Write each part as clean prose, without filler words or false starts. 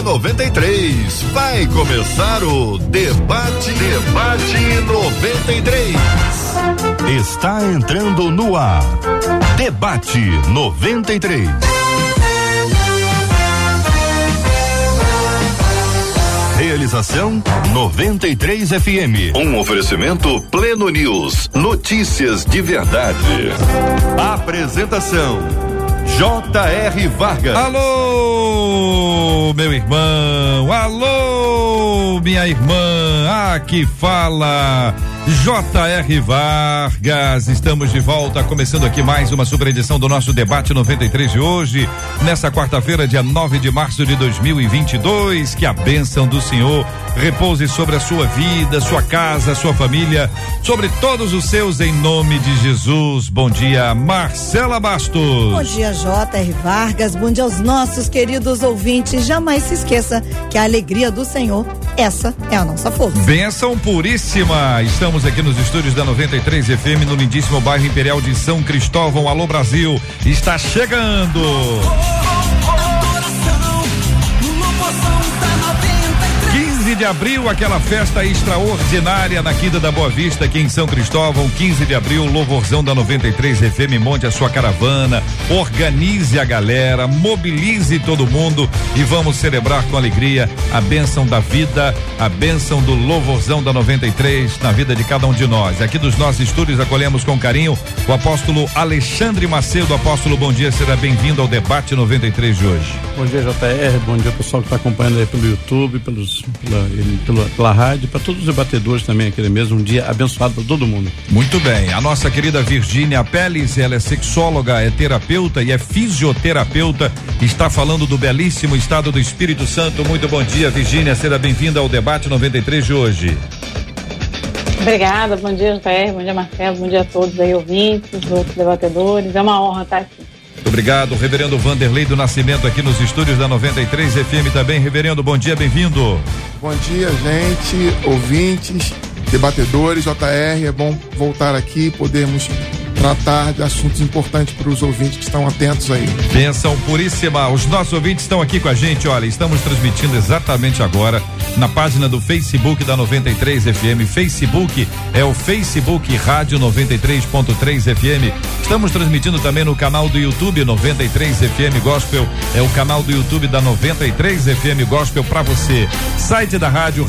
93. Vai começar o Debate 93. Está entrando no ar. Debate 93. Realização 93 FM. Um oferecimento Pleno News. Notícias de verdade. Apresentação J.R. Vargas. Alô, meu irmão. Alô, minha irmã. Aqui fala J.R. Vargas. Estamos de volta, começando aqui mais uma super edição do nosso Debate 93 de hoje, nessa quarta-feira, dia 9 de março de 2022. Que a bênção do Senhor repouse sobre a sua vida, sua casa, sua família, sobre todos os seus, em nome de Jesus. Bom dia, Marcela Bastos. Bom dia, J.R. Vargas. Bom dia aos nossos queridos ouvintes. Jamais se esqueça que a alegria do Senhor, essa é a nossa força. Bênção puríssima. Estamos aqui nos estúdios da 93 FM, no lindíssimo bairro Imperial de São Cristóvão. Alô, Brasil, está chegando. 15 de abril, aquela festa extraordinária na Quinta da Boa Vista, aqui em São Cristóvão. 15 de abril, louvorzão da 93 FM. Monte a sua caravana, organize a galera, mobilize todo mundo e vamos celebrar com alegria a bênção da vida, a bênção do louvorzão da 93 na vida de cada um de nós. Aqui dos nossos estúdios acolhemos com carinho o apóstolo Alexandre Macedo. Apóstolo, bom dia, seja bem-vindo ao Debate 93 de hoje. Bom dia, JR, bom dia pessoal que está acompanhando aí pelo YouTube, pela rádio, para todos os debatedores também, aquele mesmo, um dia abençoado para todo mundo. Muito bem, a nossa querida Virgínia Pelles, ela é sexóloga, é terapeuta e é fisioterapeuta, está falando do belíssimo estado do Espírito Santo. Muito bom dia, Virgínia, seja bem-vinda ao Debate 93 de hoje. Obrigada, bom dia, JR, bom dia, Marcelo, bom dia a todos aí, ouvintes, outros debatedores, é uma honra estar aqui. Muito obrigado, reverendo Vanderlei do Nascimento, aqui nos estúdios da 93 FM também. Reverendo, bom dia, bem-vindo. Bom dia, gente, ouvintes, debatedores, JR, é bom voltar aqui, podermos tratar de assuntos importantes para os ouvintes que estão atentos aí. Bênção puríssima. Os nossos ouvintes estão aqui com a gente. Olha, estamos transmitindo exatamente agora na página do Facebook da 93 FM. Facebook é o Facebook Rádio 93.3 FM. Estamos transmitindo também no canal do YouTube 93 FM Gospel. É o canal do YouTube da 93 FM Gospel para você. Site da rádio,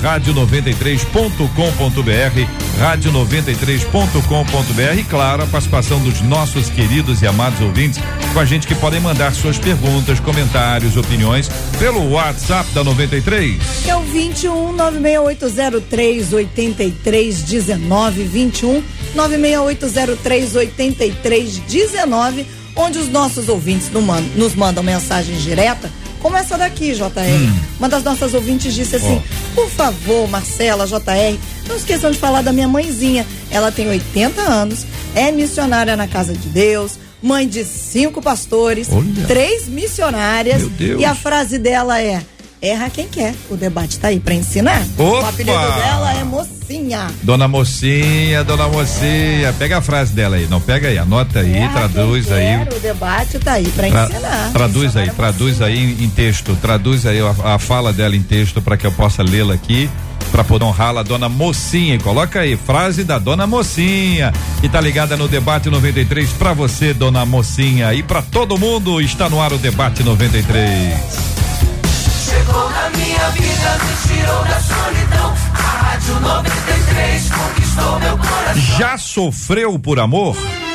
rádio93.com.br, rádio93.com.br. E claro, a participação dos nossos queridos e amados ouvintes com a gente, que podem mandar suas perguntas, comentários, opiniões pelo WhatsApp da 93. Que é o 21 96803 8319, 21 96803 8319, onde os nossos ouvintes nos mandam mensagens diretas, como essa daqui, JR. Uma das nossas ouvintes disse assim: por favor, Marcela, JR, não esqueçam de falar da minha mãezinha. Ela tem 80 anos, é missionária na Casa de Deus, mãe de 5 pastores, 3 missionárias. Meu Deus. E a frase dela é: erra quem quer, o debate tá aí pra ensinar. Opa! O apelido dela é Mocinha. Dona Mocinha, pega a frase dela aí, não, pega aí, anota aí, traduz aí. O debate tá aí pra ensinar. Traduz aí em texto, traduz aí a fala dela em texto para que eu possa lê-la aqui, para poder honrá-la, Dona Mocinha. E coloca aí, frase da Dona Mocinha, que tá ligada no Debate 93 pra você, Dona Mocinha, e pra todo mundo. Está no ar o Debate 93. Chegou na minha vida, me tirou da solidão. A Rádio 93 conquistou meu coração. Já sofreu por amor?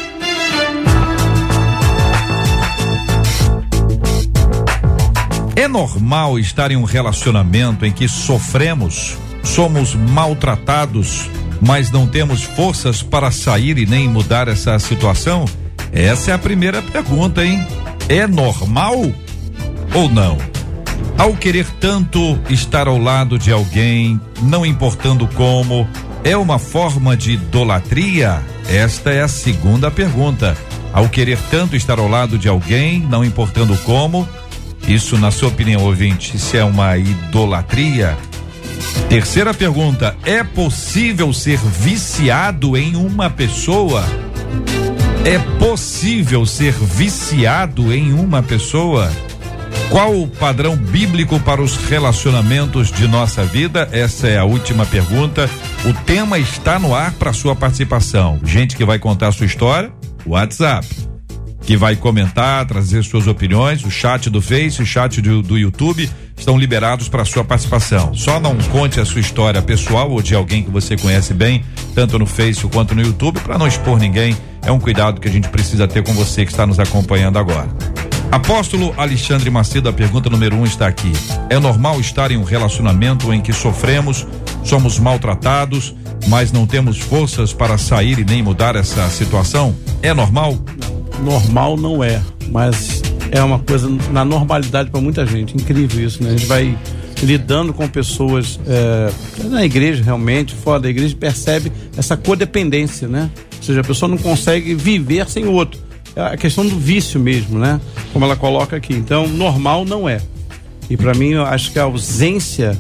É normal estar em um relacionamento em que sofremos, somos maltratados, mas não temos forças para sair e nem mudar essa situação? Essa é a primeira pergunta, hein? É normal ou não? Ao querer tanto estar ao lado de alguém, não importando como, é uma forma de idolatria? Esta é a segunda pergunta. Ao querer tanto estar ao lado de alguém, não importando como, isso, na sua opinião, ouvinte, isso é uma idolatria? Terceira pergunta: é possível ser viciado em uma pessoa? É possível ser viciado em uma pessoa? Qual o padrão bíblico para os relacionamentos de nossa vida? Essa é a última pergunta. O tema está no ar para sua participação. Gente que vai contar a sua história, WhatsApp. Que vai comentar, trazer suas opiniões, o chat do Face, o chat do YouTube estão liberados para sua participação. Só não conte a sua história pessoal ou de alguém que você conhece bem, tanto no Face quanto no YouTube, para não expor ninguém. É um cuidado que a gente precisa ter com você que está nos acompanhando agora. Apóstolo Alexandre Macedo, a pergunta número 1 está aqui. É normal estar em um relacionamento em que sofremos, somos maltratados, mas não temos forças para sair e nem mudar essa situação? É normal? Normal não é, mas é uma coisa na normalidade para muita gente. Incrível isso, né? A gente vai lidando com pessoas na igreja, realmente, fora da igreja, percebe essa codependência, né? Ou seja, a pessoa não consegue viver sem o outro. É a questão do vício mesmo, né? Como ela coloca aqui. Então, normal não é. E para mim, eu acho que a ausência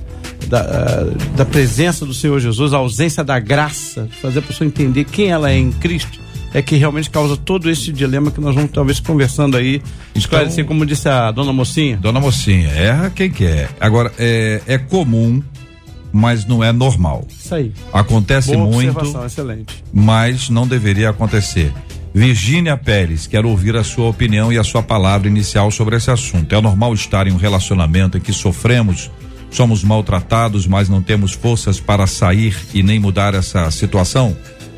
da presença do Senhor Jesus, a ausência da graça, de fazer a pessoa entender quem ela é em Cristo, é que realmente causa todo esse dilema que nós vamos talvez conversando aí, esclarecer, então, como disse a dona Mocinha. Dona Mocinha, erra quem quer. Agora, é comum, mas não é normal. Isso aí. Acontece Boa muito, observação, excelente. Mas não deveria acontecer. Virgínia Pérez, quero ouvir a sua opinião e a sua palavra inicial sobre esse assunto. É normal estar em um relacionamento em que sofremos, somos maltratados, mas não temos forças para sair e nem mudar essa situação?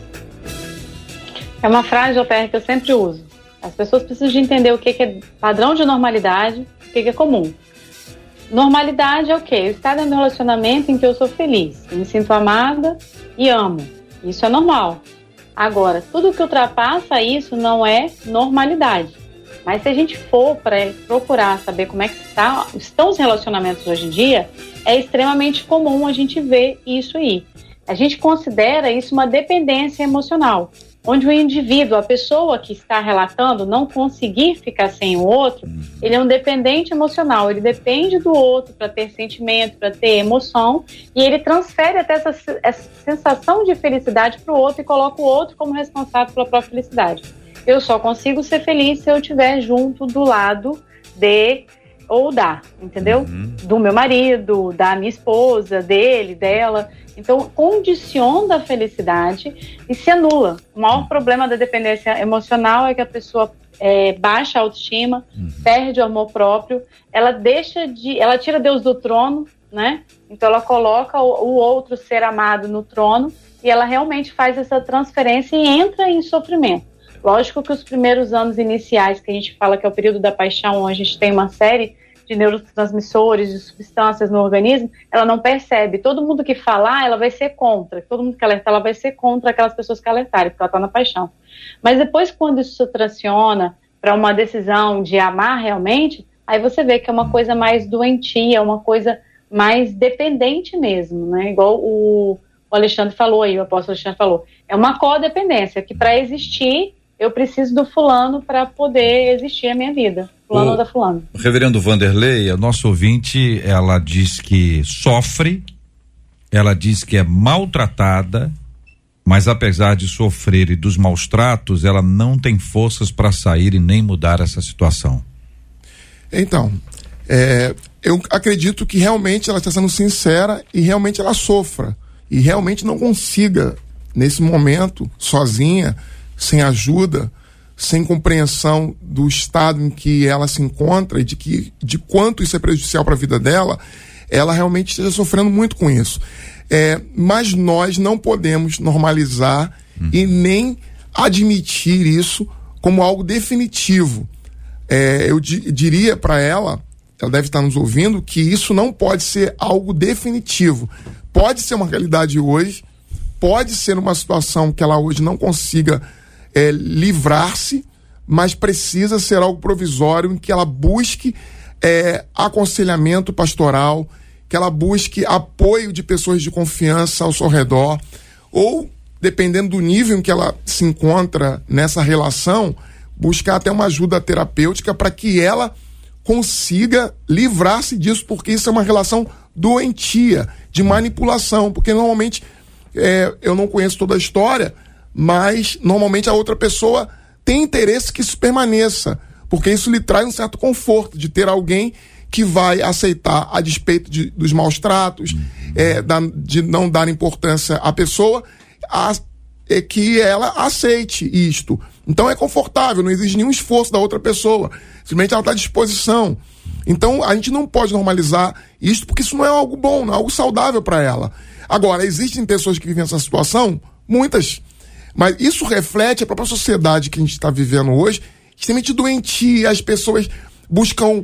É uma frase, JR, que eu sempre uso. As pessoas precisam de entender o que é padrão de normalidade, o que é comum. Normalidade é o quê? Eu estar em um relacionamento em que eu sou feliz, eu me sinto amada e amo. Isso é normal. Agora, tudo que ultrapassa isso não é normalidade. Mas se a gente for para procurar saber como é que estão os relacionamentos hoje em dia, é extremamente comum a gente ver isso aí. A gente considera isso uma dependência emocional, onde o indivíduo, a pessoa que está relatando, não conseguir ficar sem o outro, ele é um dependente emocional, ele depende do outro para ter sentimento, para ter emoção, e ele transfere até essa sensação de felicidade para o outro e coloca o outro como responsável pela própria felicidade. Eu só consigo ser feliz se eu estiver junto do lado de ou da, entendeu? Do meu marido, da minha esposa, dele, dela. Então, condiciona a felicidade e se anula. O maior problema da dependência emocional é que a pessoa baixa a autoestima, perde o amor próprio, ela tira Deus do trono, né? Então, ela coloca o outro ser amado no trono e ela realmente faz essa transferência e entra em sofrimento. Lógico que os primeiros anos iniciais, que a gente fala que é o período da paixão, onde a gente tem uma série de neurotransmissores, de substâncias no organismo, ela não percebe. Todo mundo que falar, ela vai ser contra. Todo mundo que alertar, ela vai ser contra aquelas pessoas que alertarem, porque ela está na paixão. Mas depois, quando isso se transiciona para uma decisão de amar realmente, aí você vê que é uma coisa mais doentia, uma coisa mais dependente mesmo, né? Igual o Alexandre falou aí, o apóstolo Alexandre falou. É uma codependência, que para existir, eu preciso do fulano para poder existir a minha vida. Fulano ou da fulano. O reverendo Vanderlei, a nossa ouvinte, ela diz que sofre, ela diz que é maltratada, mas apesar de sofrer e dos maus tratos, ela não tem forças para sair e nem mudar essa situação. Então, eu acredito que realmente ela está sendo sincera e realmente ela sofra. E realmente não consiga, nesse momento, sozinha, sem ajuda, sem compreensão do estado em que ela se encontra e de quanto isso é prejudicial para a vida dela, ela realmente esteja sofrendo muito com isso. Mas nós não podemos normalizar e nem admitir isso como algo definitivo. Eu diria para ela deve estar nos ouvindo, que isso não pode ser algo definitivo. Pode ser uma realidade hoje, pode ser uma situação que ela hoje não consiga livrar-se, mas precisa ser algo provisório em que ela busque aconselhamento pastoral, que ela busque apoio de pessoas de confiança ao seu redor, ou, dependendo do nível em que ela se encontra nessa relação, buscar até uma ajuda terapêutica para que ela consiga livrar-se disso, porque isso é uma relação doentia, de manipulação, porque normalmente, eu não conheço toda a história, mas normalmente a outra pessoa tem interesse que isso permaneça, porque isso lhe traz um certo conforto de ter alguém que vai aceitar a despeito dos maus tratos, de não dar importância à pessoa, que ela aceite isto. Então é confortável, não exige nenhum esforço da outra pessoa. Simplesmente ela está à disposição. Então a gente não pode normalizar isto, porque isso não é algo bom, não é algo saudável para ela. Agora, existem pessoas que vivem essa situação, muitas, mas isso reflete a própria sociedade que a gente está vivendo hoje, extremamente doentia. As pessoas buscam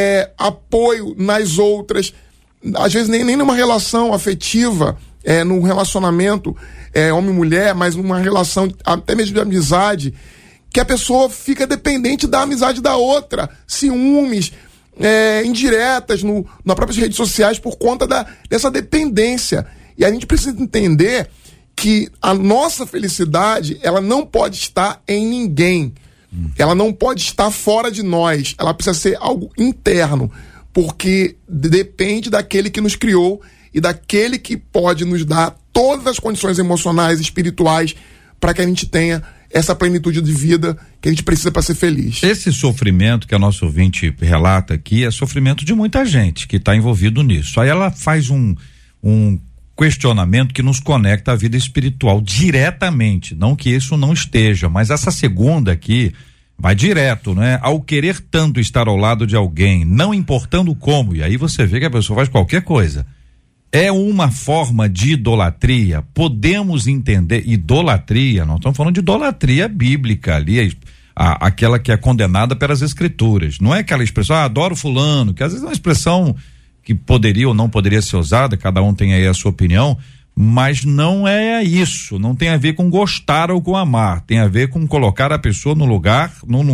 apoio nas outras, às vezes nem numa relação afetiva, num relacionamento homem-mulher, mas numa relação até mesmo de amizade, que a pessoa fica dependente da amizade da outra, ciúmes, indiretas nas próprias redes sociais por conta dessa dependência. E a gente precisa entender que a nossa felicidade, ela não pode estar em ninguém. Ela não pode estar fora de nós. Ela precisa ser algo interno, porque depende daquele que nos criou e daquele que pode nos dar todas as condições emocionais e espirituais para que a gente tenha essa plenitude de vida que a gente precisa para ser feliz. Esse sofrimento que a nossa ouvinte relata aqui é sofrimento de muita gente que está envolvido nisso. Aí ela faz um questionamento que nos conecta à vida espiritual diretamente, não que isso não esteja, mas essa segunda aqui vai direto, né? Ao querer tanto estar ao lado de alguém, não importando como, e aí você vê que a pessoa faz qualquer coisa. É uma forma de idolatria. Podemos entender idolatria, nós estamos falando de idolatria bíblica ali, aquela que é condenada pelas escrituras. Não é aquela expressão, adoro fulano, que às vezes é uma expressão que poderia ou não poderia ser usada, cada um tem aí a sua opinião, mas não é isso, não tem a ver com gostar ou com amar, tem a ver com colocar a pessoa num lugar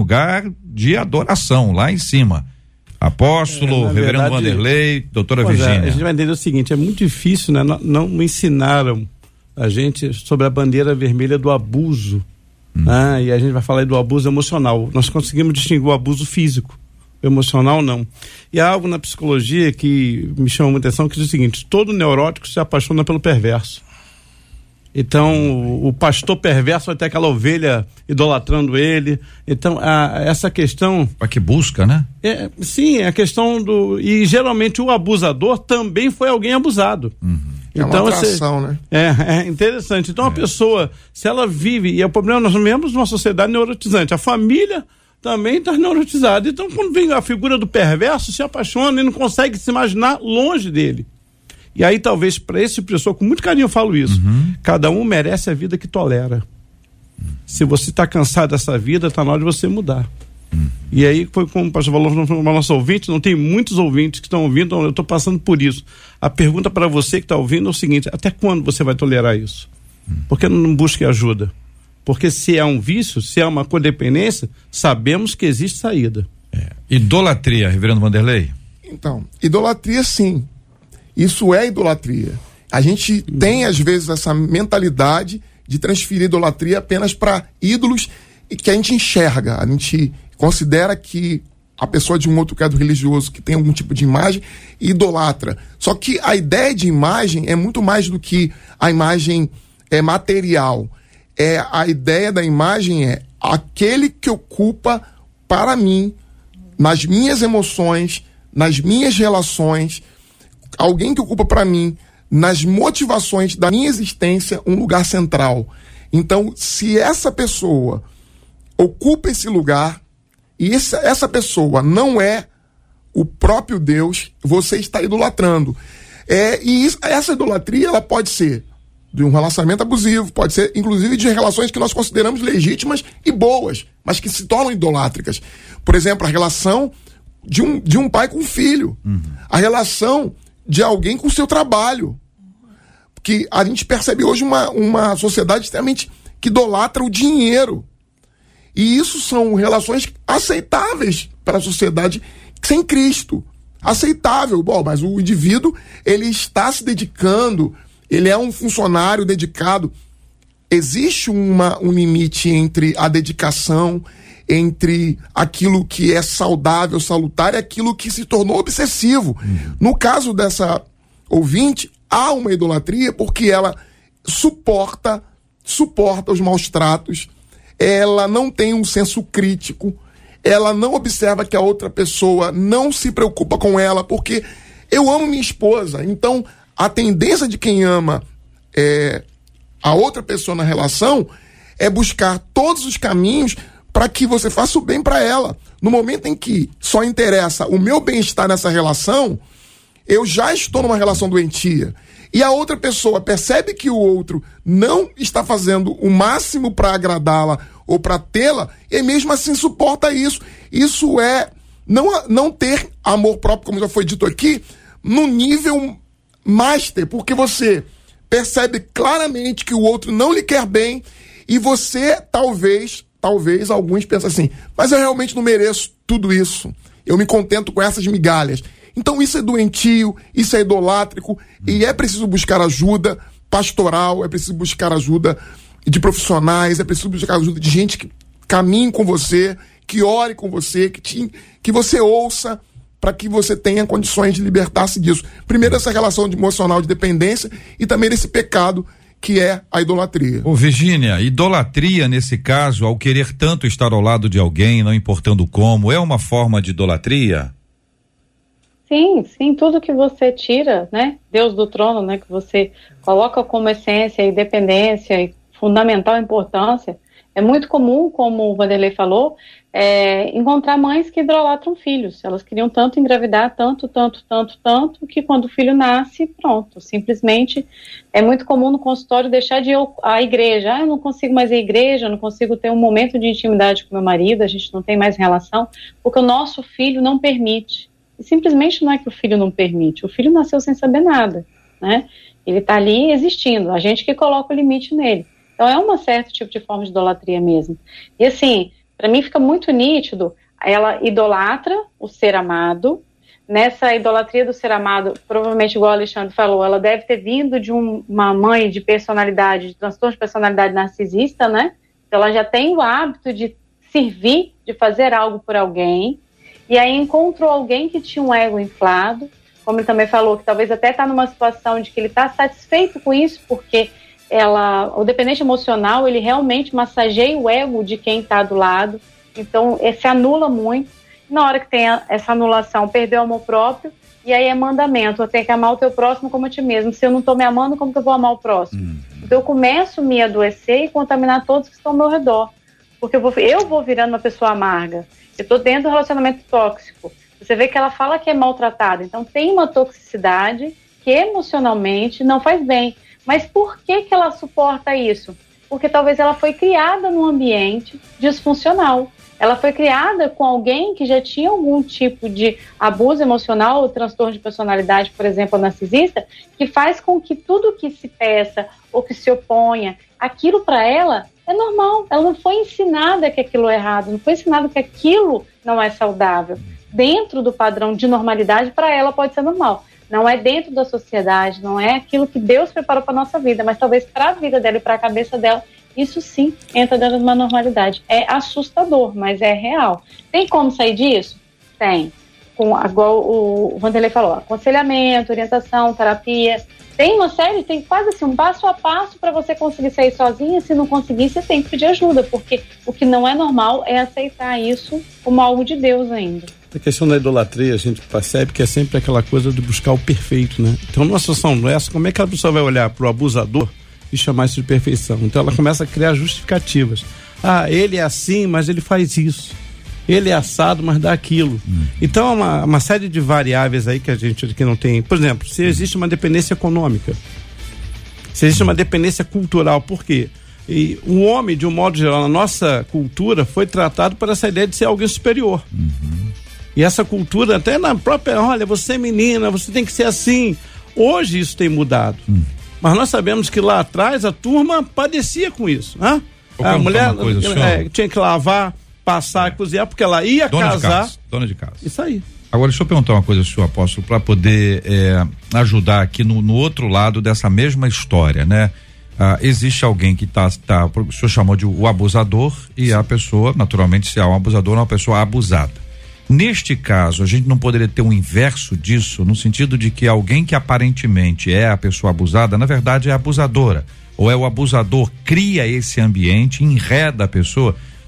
de adoração, lá em cima. Apóstolo, reverendo Vanderlei, doutora Virgínia. A gente vai entender o seguinte, é muito difícil, né? Não ensinaram a gente sobre a bandeira vermelha do abuso, né? E a gente vai falar aí do abuso emocional. Nós conseguimos distinguir o abuso físico, o emocional não. E há algo na psicologia que me chama muita atenção, que diz o seguinte, todo neurótico se apaixona pelo perverso. Então, o pastor perverso vai ter aquela ovelha idolatrando ele. Então, essa questão... Para que busca, né? Sim, a questão do... E geralmente o abusador também foi alguém abusado. Então, uma atração, né? É interessante. Então, a pessoa, se ela vive... E é o problema, nós vivemos numa sociedade neurotizante. A família também está neurotizada. Então, quando vem a figura do perverso, se apaixona e não consegue se imaginar longe dele. E aí, talvez, para esse pessoa, com muito carinho eu falo isso, cada um merece a vida que tolera. Se você está cansado dessa vida, está na hora de você mudar. E aí, foi como o pastor falou no nosso ouvinte, não tem muitos ouvintes que estão ouvindo, eu estou passando por isso. A pergunta para você que está ouvindo é o seguinte, até quando você vai tolerar isso? Por que não busque ajuda? Porque se é um vício, se é uma codependência, sabemos que existe saída. Idolatria, reverendo Vanderlei? Então, idolatria sim. Isso é idolatria. A gente tem, às vezes, essa mentalidade de transferir idolatria apenas para ídolos que a gente enxerga. A gente considera que a pessoa de um outro credo religioso que tem algum tipo de imagem idolatra. Só que a ideia de imagem é muito mais do que a imagem material. A ideia da imagem é aquele que ocupa para mim, nas minhas emoções, nas minhas relações, alguém que ocupa para mim, nas motivações da minha existência, um lugar central. Então, se essa pessoa ocupa esse lugar e essa pessoa não é o próprio Deus, você está idolatrando. Essa idolatria, ela pode ser de um relacionamento abusivo, pode ser inclusive de relações que nós consideramos legítimas e boas, mas que se tornam idolátricas. Por exemplo, a relação de um pai com um filho, a relação de alguém com o seu trabalho. Porque a gente percebe hoje uma sociedade extremamente que idolatra o dinheiro. E isso são relações aceitáveis para a sociedade sem Cristo. Aceitável. Bom, mas o indivíduo, ele está se dedicando, ele é um funcionário dedicado. Existe um limite entre a dedicação, entre aquilo que é saudável, salutar, e aquilo que se tornou obsessivo. No caso dessa ouvinte, há uma idolatria porque ela suporta os maus tratos, ela não tem um senso crítico, ela não observa que a outra pessoa não se preocupa com ela, porque eu amo minha esposa. Então, a tendência de quem ama a outra pessoa na relação é buscar todos os caminhos para que você faça o bem para ela. No momento em que só interessa o meu bem-estar nessa relação, eu já estou numa relação doentia. E a outra pessoa percebe que o outro não está fazendo o máximo para agradá-la ou para tê-la, e mesmo assim suporta isso. Isso é não ter amor próprio, como já foi dito aqui, no nível master, porque você percebe claramente que o outro não lhe quer bem, e você talvez alguns pensam assim, mas eu realmente não mereço tudo isso. Eu me contento com essas migalhas. Então isso é doentio, isso é idolátrico, e é preciso buscar ajuda pastoral, é preciso buscar ajuda de profissionais, é preciso buscar ajuda de gente que caminhe com você, que ore com você, que você ouça, para que você tenha condições de libertar-se disso. Primeiro, essa relação emocional de dependência, e também desse pecado que é a idolatria. Ô Virgínia, idolatria nesse caso, ao querer tanto estar ao lado de alguém, não importando como, é uma forma de idolatria? Sim, tudo que você tira, né, Deus do trono, né, que você coloca como essência e dependência e fundamental importância, é muito comum, como o Vanderlei falou, encontrar mães que idolatram filhos. Elas queriam tanto engravidar, tanto, que quando o filho nasce, pronto, simplesmente é muito comum no consultório deixar de ir à igreja. Eu não consigo mais ir à igreja, eu não consigo ter um momento de intimidade com meu marido, a gente não tem mais relação, porque o nosso filho não permite. E simplesmente não é que o filho não permite, o filho nasceu sem saber nada, né? Ele está ali existindo, a gente que coloca o limite nele. Então é um certo tipo de forma de idolatria mesmo. E assim, para mim fica muito nítido, ela idolatra o ser amado. Nessa idolatria do ser amado, provavelmente, igual o Alexandre falou, ela deve ter vindo de uma mãe de personalidade, de transtorno de personalidade narcisista, né? Então ela já tem o hábito de servir, de fazer algo por alguém, e aí encontrou alguém que tinha um ego inflado, como ele também falou, que talvez até está numa situação de que ele está satisfeito com isso, porque o dependente emocional, ele realmente massageia o ego de quem está do lado, então se anula muito. Na hora que tem essa anulação, perdeu o amor próprio, e aí é mandamento, eu tenho que amar o teu próximo como a ti mesmo. Se eu não estou me amando, como que eu vou amar o próximo? Então eu começo a me adoecer e contaminar todos que estão ao meu redor, porque eu vou virando uma pessoa amarga. Eu estou dentro do relacionamento tóxico. Você vê que ela fala que é maltratada, então tem uma toxicidade que emocionalmente não faz bem. Mas por que ela suporta isso? Porque talvez ela foi criada num ambiente disfuncional. Ela foi criada com alguém que já tinha algum tipo de abuso emocional ou transtorno de personalidade, por exemplo, narcisista, que faz com que tudo que se peça ou que se oponha, aquilo para ela é normal. Ela não foi ensinada que aquilo é errado, não foi ensinada que aquilo não é saudável. Dentro do padrão de normalidade, para ela pode ser normal. Não é dentro da sociedade, não é aquilo que Deus preparou para a nossa vida, mas talvez para a vida dela e para a cabeça dela, isso sim entra dentro de uma normalidade. É assustador, mas é real. Tem como sair disso? Tem. Igual o Vanderlei falou, aconselhamento, orientação, terapia. Tem uma série, tem quase assim um passo a passo para você conseguir sair sozinha. Se não conseguir, você tem que pedir ajuda, porque o que não é normal é aceitar isso como algo de Deus ainda. A questão da idolatria, a gente percebe que é sempre aquela coisa de buscar o perfeito, né? Então, numa situação dessa, como é que a pessoa vai olhar para o abusador e chamar isso de perfeição? Então, ela começa a criar justificativas. Ah, ele é assim, mas ele faz isso. Ele é assado, mas dá aquilo. Então, uma série de variáveis aí que a gente aqui não tem. Por exemplo, se existe uma dependência econômica, se existe uma dependência cultural, por quê? E o homem, de um modo geral, na nossa cultura, foi tratado por essa ideia de ser alguém superior. E essa cultura, até na própria, olha, você é menina, você tem que ser assim. Hoje isso tem mudado. Mas nós sabemos que lá atrás a turma padecia com isso, né? A mulher tinha que lavar, passar, cozinhar, porque ela ia casar. Dona de casa. Isso aí. Agora, deixa eu perguntar uma coisa, senhor apóstolo, para poder ajudar aqui no outro lado dessa mesma história, né? Existe alguém que o senhor chamou de o abusador, e a pessoa, naturalmente, se há um abusador, é uma pessoa abusada. Neste caso, a gente não poderia ter um inverso disso, no sentido de que alguém que aparentemente é a pessoa abusada, na verdade é abusadora, ou é o abusador, cria esse ambiente, enreda a pessoa.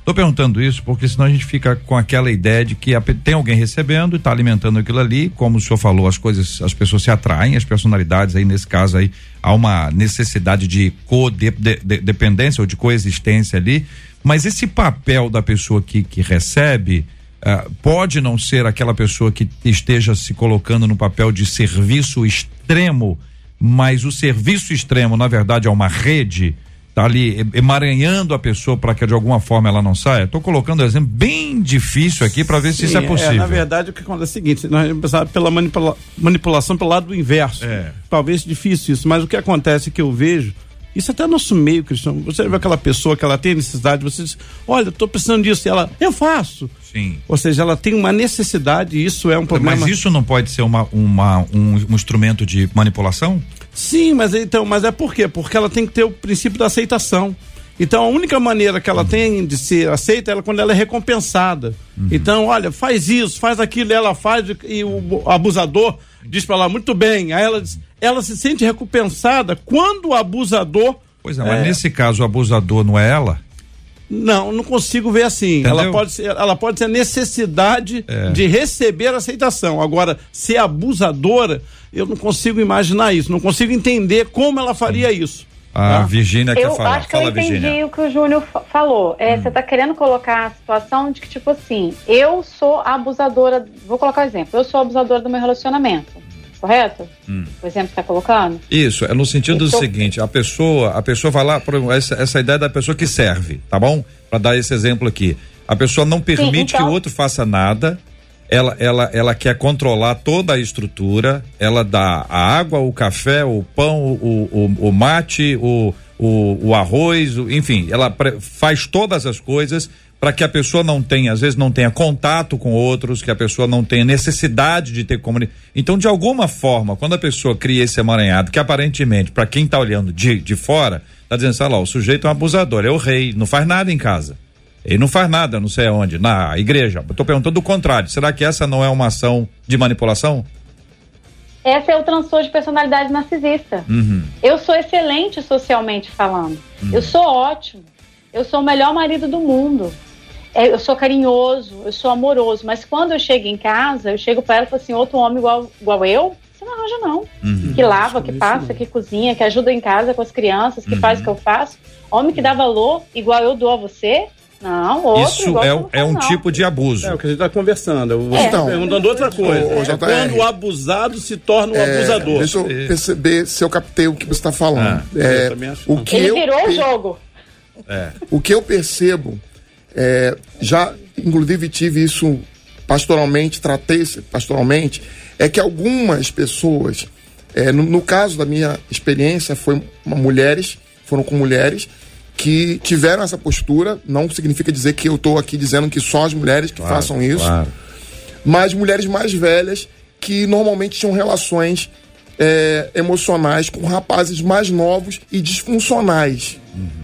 Tô perguntando isso porque senão a gente fica com aquela ideia de que tem alguém recebendo e tá alimentando aquilo ali, como o senhor falou, as pessoas se atraem, as personalidades aí, nesse caso aí, há uma necessidade de dependência ou de coexistência ali, mas esse papel da pessoa que recebe, pode não ser aquela pessoa que esteja se colocando no papel de serviço extremo, mas o serviço extremo, na verdade, é uma rede, tá ali emaranhando a pessoa para que de alguma forma ela não saia. Tô colocando um exemplo bem difícil aqui para ver se isso é possível. Na verdade, o que acontece é o seguinte, nós vamos pensar pela manipulação pelo lado do inverso. Talvez difícil isso, mas o que acontece que eu vejo, isso até nosso meio cristão, você vê aquela pessoa que ela tem necessidade, você diz, olha, eu tô precisando disso, e ela, eu faço. Sim. Ou seja, ela tem uma necessidade, e isso é um problema. Mas isso não pode ser um instrumento de manipulação? Sim, mas é por quê? Porque ela tem que ter o princípio da aceitação. Então a única maneira que ela tem de ser aceita é quando ela é recompensada. Então, olha, faz isso, faz aquilo, ela faz, e o abusador diz pra ela, muito bem, aí ela se sente recompensada quando o abusador... Pois é, mas nesse caso o abusador não é ela? Não consigo ver assim. Entendeu? Ela pode ser a necessidade de receber a aceitação. Agora, ser abusadora, eu não consigo imaginar isso, não consigo entender como ela faria isso. A Virgínia quer falar. Eu acho que eu entendi o que o Júnior falou. Você tá querendo colocar a situação de que, tipo assim, eu sou a abusadora, vou colocar um exemplo, eu sou a abusadora do meu relacionamento, correto? O exemplo que tá colocando? Isso, é no sentido do seguinte, a pessoa vai lá, essa ideia da pessoa que serve, tá bom? Pra dar esse exemplo aqui. A pessoa não permite que o outro faça nada, ela quer controlar toda a estrutura, ela dá a água, o café, o pão, o mate, o arroz, enfim, ela faz todas as coisas para que a pessoa às vezes não tenha contato com outros, que a pessoa não tenha necessidade de ter comunicação. Então, de alguma forma, quando a pessoa cria esse emaranhado, que aparentemente, para quem tá olhando de fora, tá dizendo, sei lá, o sujeito é um abusador, é o rei, não faz nada em casa. Ele não faz nada, não sei aonde, na igreja. Eu tô perguntando o contrário. Será que essa não é uma ação de manipulação? Essa é o transtorno de personalidade narcisista. Eu sou excelente socialmente falando. Eu sou ótimo. Eu sou o melhor marido do mundo. Eu sou carinhoso, eu sou amoroso. Mas quando eu chego em casa, eu chego para ela e falo assim, outro homem igual eu, você não arranja não. Que lava, que passa, que cozinha, que ajuda em casa com as crianças, que faz o que eu faço. Homem que dá valor igual eu dou a você. Não, outro isso é um tipo de abuso. É o que a gente está conversando. Você está perguntando outra coisa. Quando o abusado se torna um abusador. Deixa eu perceber se eu captei o que você está falando. Ele virou o jogo. O que eu percebo, já inclusive tive isso pastoralmente, tratei isso pastoralmente, é que algumas pessoas, no caso da minha experiência, foram com mulheres que tiveram essa postura. Não significa dizer que eu estou aqui dizendo que só as mulheres que façam isso, mas mulheres mais velhas que normalmente tinham relações emocionais com rapazes mais novos e disfuncionais.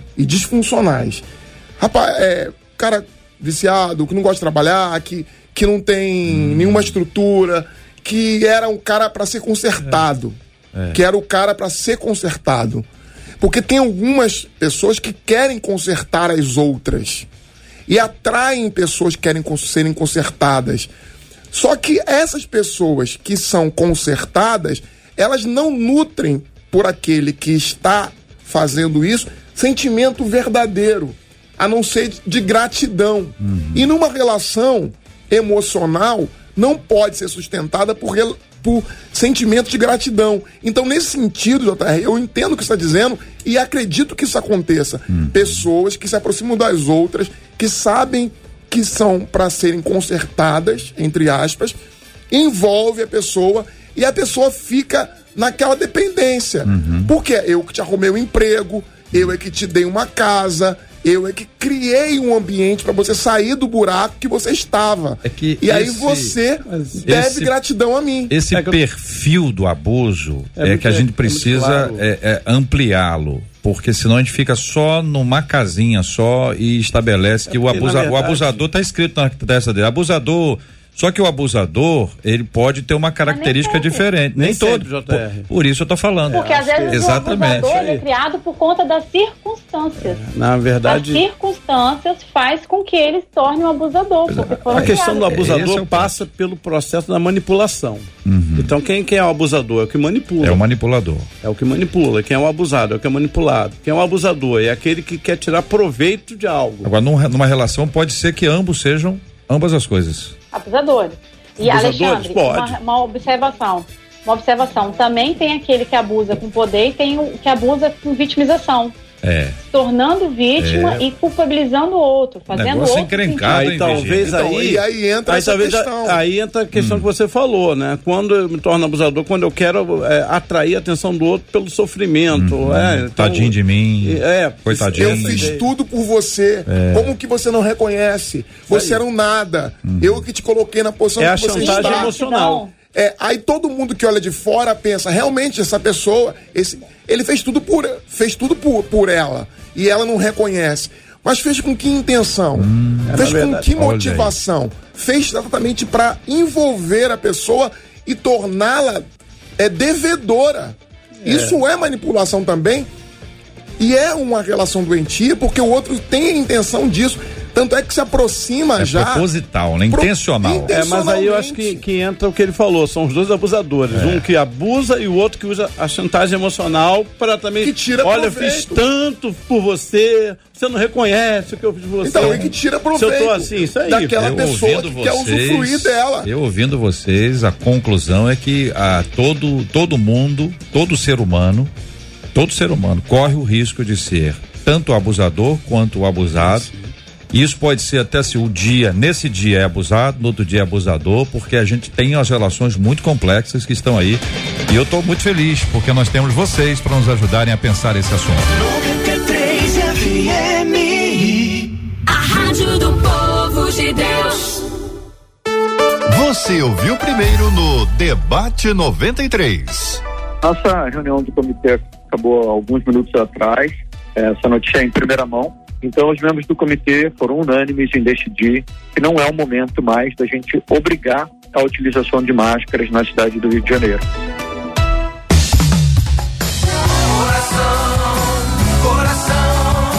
Rapaz, cara viciado, que não gosta de trabalhar, que não tem nenhuma estrutura, que era um cara para ser consertado. Que era o cara para ser consertado. Porque tem algumas pessoas que querem consertar as outras e atraem pessoas que querem serem consertadas. Só que essas pessoas que são consertadas, elas não nutrem por aquele que está fazendo isso sentimento verdadeiro, a não ser de gratidão. E numa relação emocional não pode ser sustentada por sentimento de gratidão. Então, nesse sentido, JR, eu entendo o que você está dizendo e acredito que isso aconteça. Pessoas que se aproximam das outras, que sabem que são para serem consertadas, entre aspas, envolve a pessoa e a pessoa fica naquela dependência. Porque eu que te arrumei um emprego, eu é que te dei uma casa, eu é que criei um ambiente para você sair do buraco que você estava. Aí você deve gratidão a mim. Esse perfil do abuso que a gente precisa ampliá-lo. Porque senão a gente fica só numa casinha só e estabelece que o abusador está escrito na testa dele. Abusador Só que o abusador, ele pode ter uma característica diferente. Nem todo. Por isso eu tô falando. Porque às vezes exatamente. o abusador é criado por conta das circunstâncias. Na verdade... As circunstâncias faz com que ele se torne um abusador. A questão do abusador passa pelo processo da manipulação. Então quem é o abusador? É o que manipula. É o manipulador. É o que manipula. Quem é o abusado? É o que é manipulado. Quem é o abusador? É aquele que quer tirar proveito de algo. Agora, numa relação pode ser que ambos sejam ambas as coisas. Abusadores. E Alexandre, uma observação. Também tem aquele que abusa com poder e tem o que abusa com vitimização. Tornando vítima e culpabilizando o outro, fazendo o outro encrencado. Aí talvez aí entra essa questão. Aí entra a questão que você falou, né? Quando eu me torno abusador, quando eu quero atrair a atenção do outro pelo sofrimento. Então, tadinho de mim. Coitadinho. Eu fiz tudo por você. Como que você não reconhece? Você era um nada. Eu que te coloquei na posição que você está. É a chantagem emocional. Aí todo mundo que olha de fora pensa, realmente essa pessoa, ele fez tudo por ela e ela não reconhece. Mas fez com que intenção? Fez com que motivação? Fez exatamente para envolver a pessoa e torná-la devedora. Isso é manipulação também e é uma relação doentia porque o outro tem a intenção disso. Tanto é que se aproxima já... proposital, né? Intencional. Mas aí eu acho que entra o que ele falou, são os dois abusadores. Um que abusa e o outro que usa a chantagem emocional para também... Que tira proveito. Fiz tanto por você, você não reconhece o que eu fiz por você. Então, e que tira proveito. Se eu tô assim, isso aí. Daquela pessoa que quer usufruir dela. Eu ouvindo vocês, a conclusão é que todo mundo, todo ser humano corre o risco de ser tanto o abusador quanto o abusado. Isso pode ser até se nesse dia é abusado, no outro dia é abusador, porque a gente tem as relações muito complexas que estão aí. E eu estou muito feliz, porque nós temos vocês para nos ajudarem a pensar esse assunto. 93 FM, a rádio do povo de Deus. Você ouviu primeiro no Debate 93. Nossa reunião do comitê acabou alguns minutos atrás. Essa notícia é em primeira mão. Então, os membros do comitê foram unânimes em decidir que não é o momento mais da gente obrigar a utilização de máscaras na cidade do Rio de Janeiro. Coração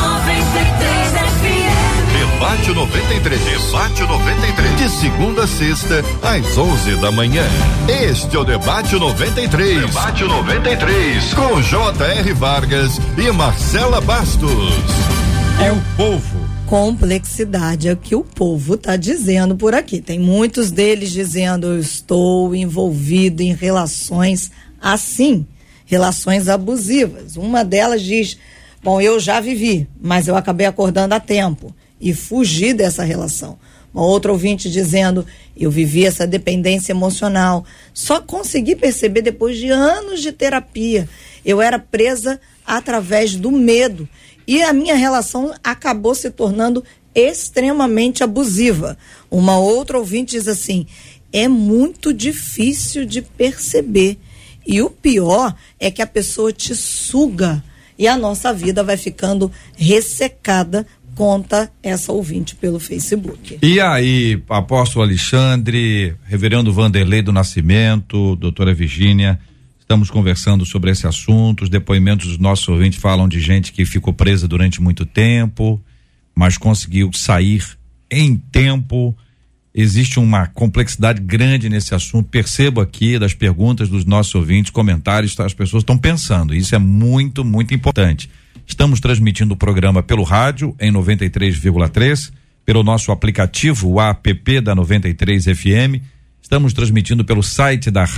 93 FM. Debate 93. Debate 93. De segunda a sexta, às 11 da manhã. Este é o Debate 93. Debate 93. Com J.R. Vargas e Marcela Bastos. É o povo. Complexidade é o que o povo está dizendo por aqui. Tem muitos deles dizendo: eu estou envolvido em relações assim, relações abusivas. Uma delas diz: bom, eu já vivi, mas eu acabei acordando a tempo e fugi dessa relação. Uma outra ouvinte dizendo: eu vivi essa dependência emocional, só consegui perceber depois de anos de terapia. Eu era presa através do medo. E a minha relação acabou se tornando extremamente abusiva. Uma outra ouvinte diz assim: é muito difícil de perceber. E o pior é que a pessoa te suga e a nossa vida vai ficando ressecada, conta essa ouvinte pelo Facebook. E aí, apóstolo Alexandre, reverendo Vanderlei do Nascimento, doutora Virgínia, estamos conversando sobre esse assunto. Os depoimentos dos nossos ouvintes falam de gente que ficou presa durante muito tempo, mas conseguiu sair em tempo. Existe uma complexidade grande nesse assunto. Percebo aqui das perguntas dos nossos ouvintes, comentários, as pessoas estão pensando. Isso é muito, muito importante. Estamos transmitindo o programa pelo rádio em 93,3, pelo nosso aplicativo, o app da 93 FM. Estamos transmitindo pelo site da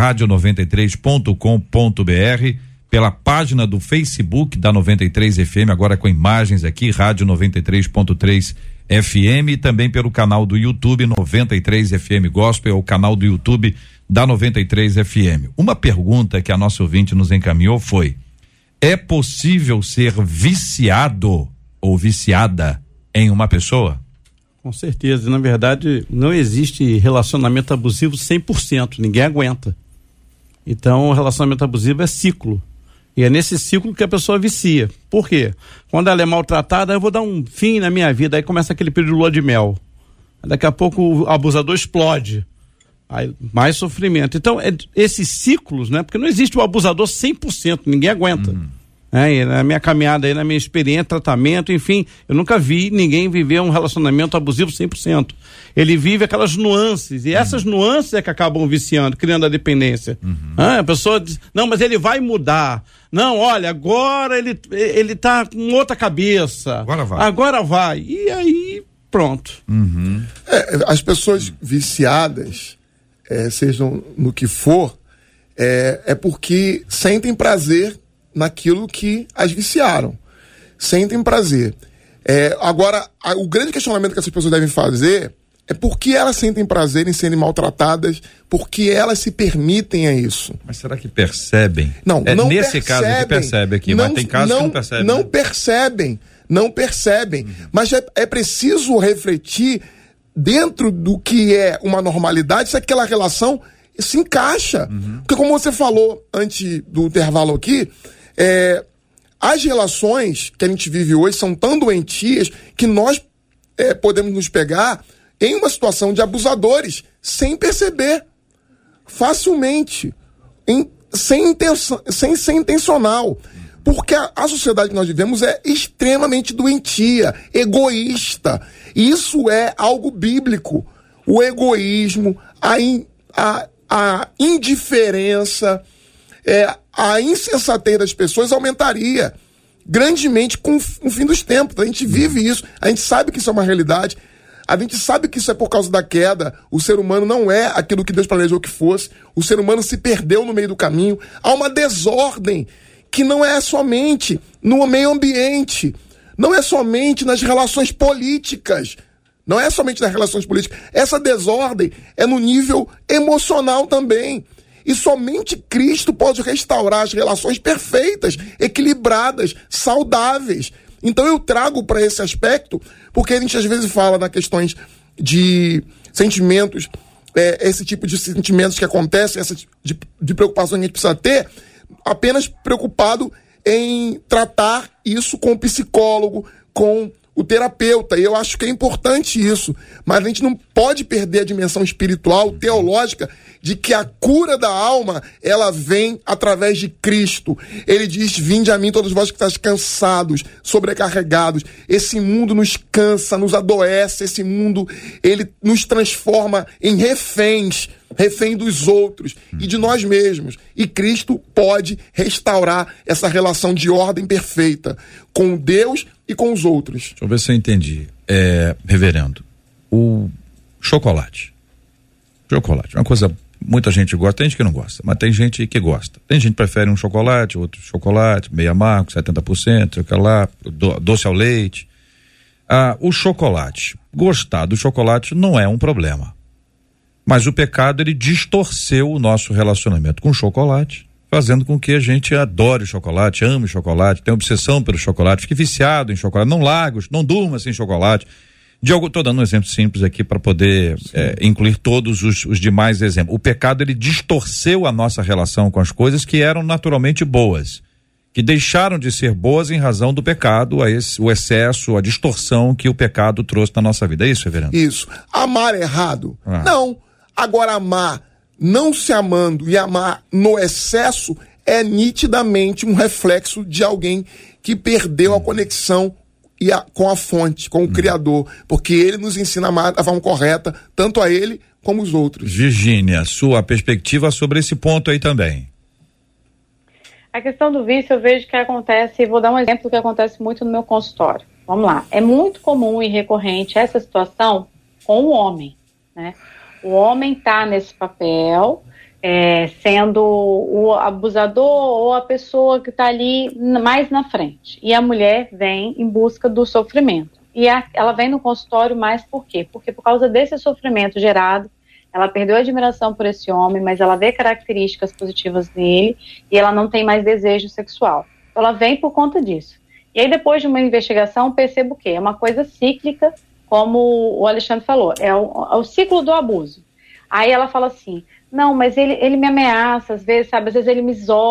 radio93.com.br, pela página do Facebook da 93 FM, agora com imagens aqui, Rádio 93.3 FM, e também pelo canal do YouTube 93 FM Gospel, o canal do YouTube da 93 FM. Uma pergunta que a nossa ouvinte nos encaminhou foi: é possível ser viciado ou viciada em uma pessoa? Com certeza, na verdade não existe relacionamento abusivo 100%, ninguém aguenta. Então o relacionamento abusivo é ciclo, e é nesse ciclo que a pessoa vicia. Por quê? Quando ela é maltratada, eu vou dar um fim na minha vida, aí começa aquele período de lua de mel. Daqui a pouco o abusador explode. Aí, mais sofrimento. Então, esses ciclos, né? Porque não existe o abusador 100%, ninguém aguenta. E na minha caminhada aí, na minha experiência, tratamento, enfim, eu nunca vi ninguém viver um relacionamento abusivo 100%. Ele vive aquelas nuances, e essas nuances é que acabam viciando, criando a dependência. A pessoa diz, não, mas ele vai mudar. Não, olha, agora ele tá com outra cabeça. Agora vai. E aí, pronto. As pessoas viciadas, sejam no que for, é porque sentem prazer naquilo que as viciaram. Sentem prazer. Agora, o grande questionamento que essas pessoas devem fazer é por que elas sentem prazer em serem maltratadas, por que elas se permitem a isso. Mas será que percebem? Não nesse percebem, caso que percebe aqui, mas tem casos que não percebem. Não percebem. Mas é preciso refletir dentro do que é uma normalidade, se aquela relação se encaixa. Porque como você falou antes do intervalo aqui, as relações que a gente vive hoje são tão doentias que nós podemos nos pegar em uma situação de abusadores sem perceber, facilmente, sem ser intencional. Porque a sociedade que nós vivemos é extremamente doentia, egoísta. Isso é algo bíblico. O egoísmo, a indiferença, a insensatez das pessoas aumentaria grandemente com o fim dos tempos. A gente vive isso, a gente sabe que isso é uma realidade, a gente sabe que isso é por causa da queda. O ser humano não é aquilo que Deus planejou que fosse, o ser humano se perdeu no meio do caminho. Há uma desordem que não é somente no meio ambiente, não é somente nas relações políticas, não é somente nas relações políticas. Essa desordem é no nível emocional também. E somente Cristo pode restaurar as relações perfeitas, equilibradas, saudáveis. Então eu trago para esse aspecto, porque a gente às vezes fala nas questões de sentimentos, esse tipo de sentimentos que acontecem, essa de preocupação que a gente precisa ter, apenas preocupado em tratar isso com o psicólogo, com o terapeuta, e eu acho que é importante isso, mas a gente não pode perder a dimensão espiritual, teológica, de que a cura da alma, ela vem através de Cristo. Ele diz, vinde a mim todos vós que estáis cansados, sobrecarregados. Esse mundo nos cansa, nos adoece, esse mundo, ele nos transforma em refém dos outros e de nós mesmos. E Cristo pode restaurar essa relação de ordem perfeita com Deus e com os outros. Deixa eu ver se eu entendi. Reverendo, o chocolate, uma coisa, muita gente gosta, tem gente que não gosta, mas tem gente que gosta. Tem gente que prefere um chocolate, outro chocolate, meio amargo, 70%, sei lá, doce ao leite. O chocolate, gostar do chocolate não é um problema. Mas o pecado, ele distorceu o nosso relacionamento com o chocolate, fazendo com que a gente adore o chocolate, ame o chocolate, tenha obsessão pelo chocolate, fique viciado em chocolate, não largue, não durma sem chocolate. Estou dando um exemplo simples aqui para poder incluir todos os demais exemplos. O pecado, ele distorceu a nossa relação com as coisas que eram naturalmente boas, que deixaram de ser boas em razão do pecado, o excesso, a distorção que o pecado trouxe na nossa vida. É isso, reverendo? Isso. Amar errado? Não. Agora, amar não se amando e amar no excesso é nitidamente um reflexo de alguém que perdeu a conexão com a fonte, com o Criador, porque ele nos ensina a amar da forma correta, tanto a ele como os outros. Virgínia, sua perspectiva sobre esse ponto aí também. A questão do vício eu vejo que acontece, vou dar um exemplo que acontece muito no meu consultório. Vamos lá, é muito comum e recorrente essa situação com o homem, né? O homem está nesse papel, sendo o abusador ou a pessoa que está ali mais na frente. E a mulher vem em busca do sofrimento. E ela vem no consultório mais por quê? Porque por causa desse sofrimento gerado, ela perdeu a admiração por esse homem, mas ela vê características positivas nele e ela não tem mais desejo sexual. Então ela vem por conta disso. E aí depois de uma investigação, percebo o quê? É uma coisa cíclica, como o Alexandre falou, é o ciclo do abuso. Aí ela fala assim, não, mas ele me ameaça às vezes, sabe? Às vezes ele me isola.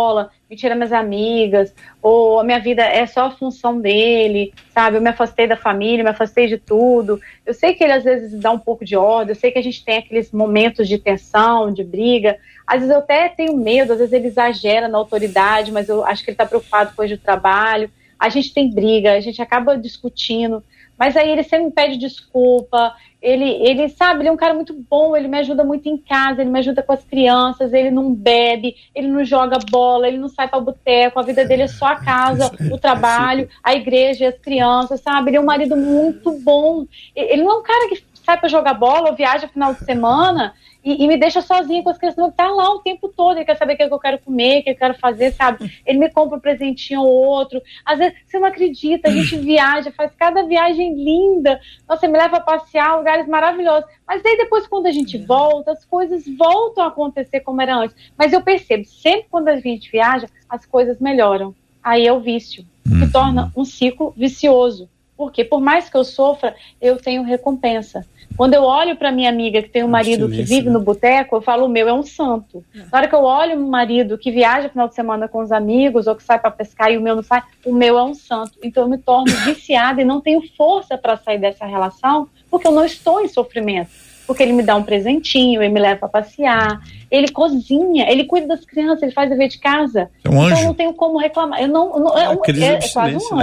me tira minhas amigas, ou a minha vida é só a função dele, sabe? Eu me afastei da família, me afastei de tudo. Eu sei que ele às vezes dá um pouco de ordem, eu sei que a gente tem aqueles momentos de tensão, de briga. Às vezes eu até tenho medo, às vezes ele exagera na autoridade, mas eu acho que ele está preocupado com o trabalho. A gente tem briga, a gente acaba discutindo, mas aí ele sempre me pede desculpa, ele sabe, ele é um cara muito bom, ele me ajuda muito em casa, ele me ajuda com as crianças, ele não bebe, ele não joga bola, ele não sai para boteco, a vida dele é só a casa, o trabalho, a igreja e as crianças, sabe? Ele é um marido muito bom, ele não é um cara que sai para jogar bola ou viaja no final de semana e me deixa sozinha com as crianças, não, tá lá o tempo todo, ele quer saber o que eu quero comer, o que eu quero fazer, sabe? Ele me compra um presentinho ou outro, às vezes, você não acredita, a gente viaja, faz cada viagem linda, nossa, me leva a passear, lugares maravilhosos, mas aí depois quando a gente volta, as coisas voltam a acontecer como era antes, mas eu percebo, sempre quando a gente viaja, as coisas melhoram, aí é o vício, se torna um ciclo vicioso, porque por mais que eu sofra, eu tenho recompensa. Quando eu olho para minha amiga que tem um marido que vive no boteco, eu falo, o meu é um santo. Na hora que eu olho um marido que viaja no final de semana com os amigos ou que sai para pescar e o meu não sai, o meu é um santo. Então eu me torno viciada e não tenho força para sair dessa relação porque eu não estou em sofrimento. Porque ele me dá um presentinho, ele me leva para passear, ele cozinha, ele cuida das crianças, ele faz dever de casa. É um anjo. Então eu não tenho como reclamar. É quase um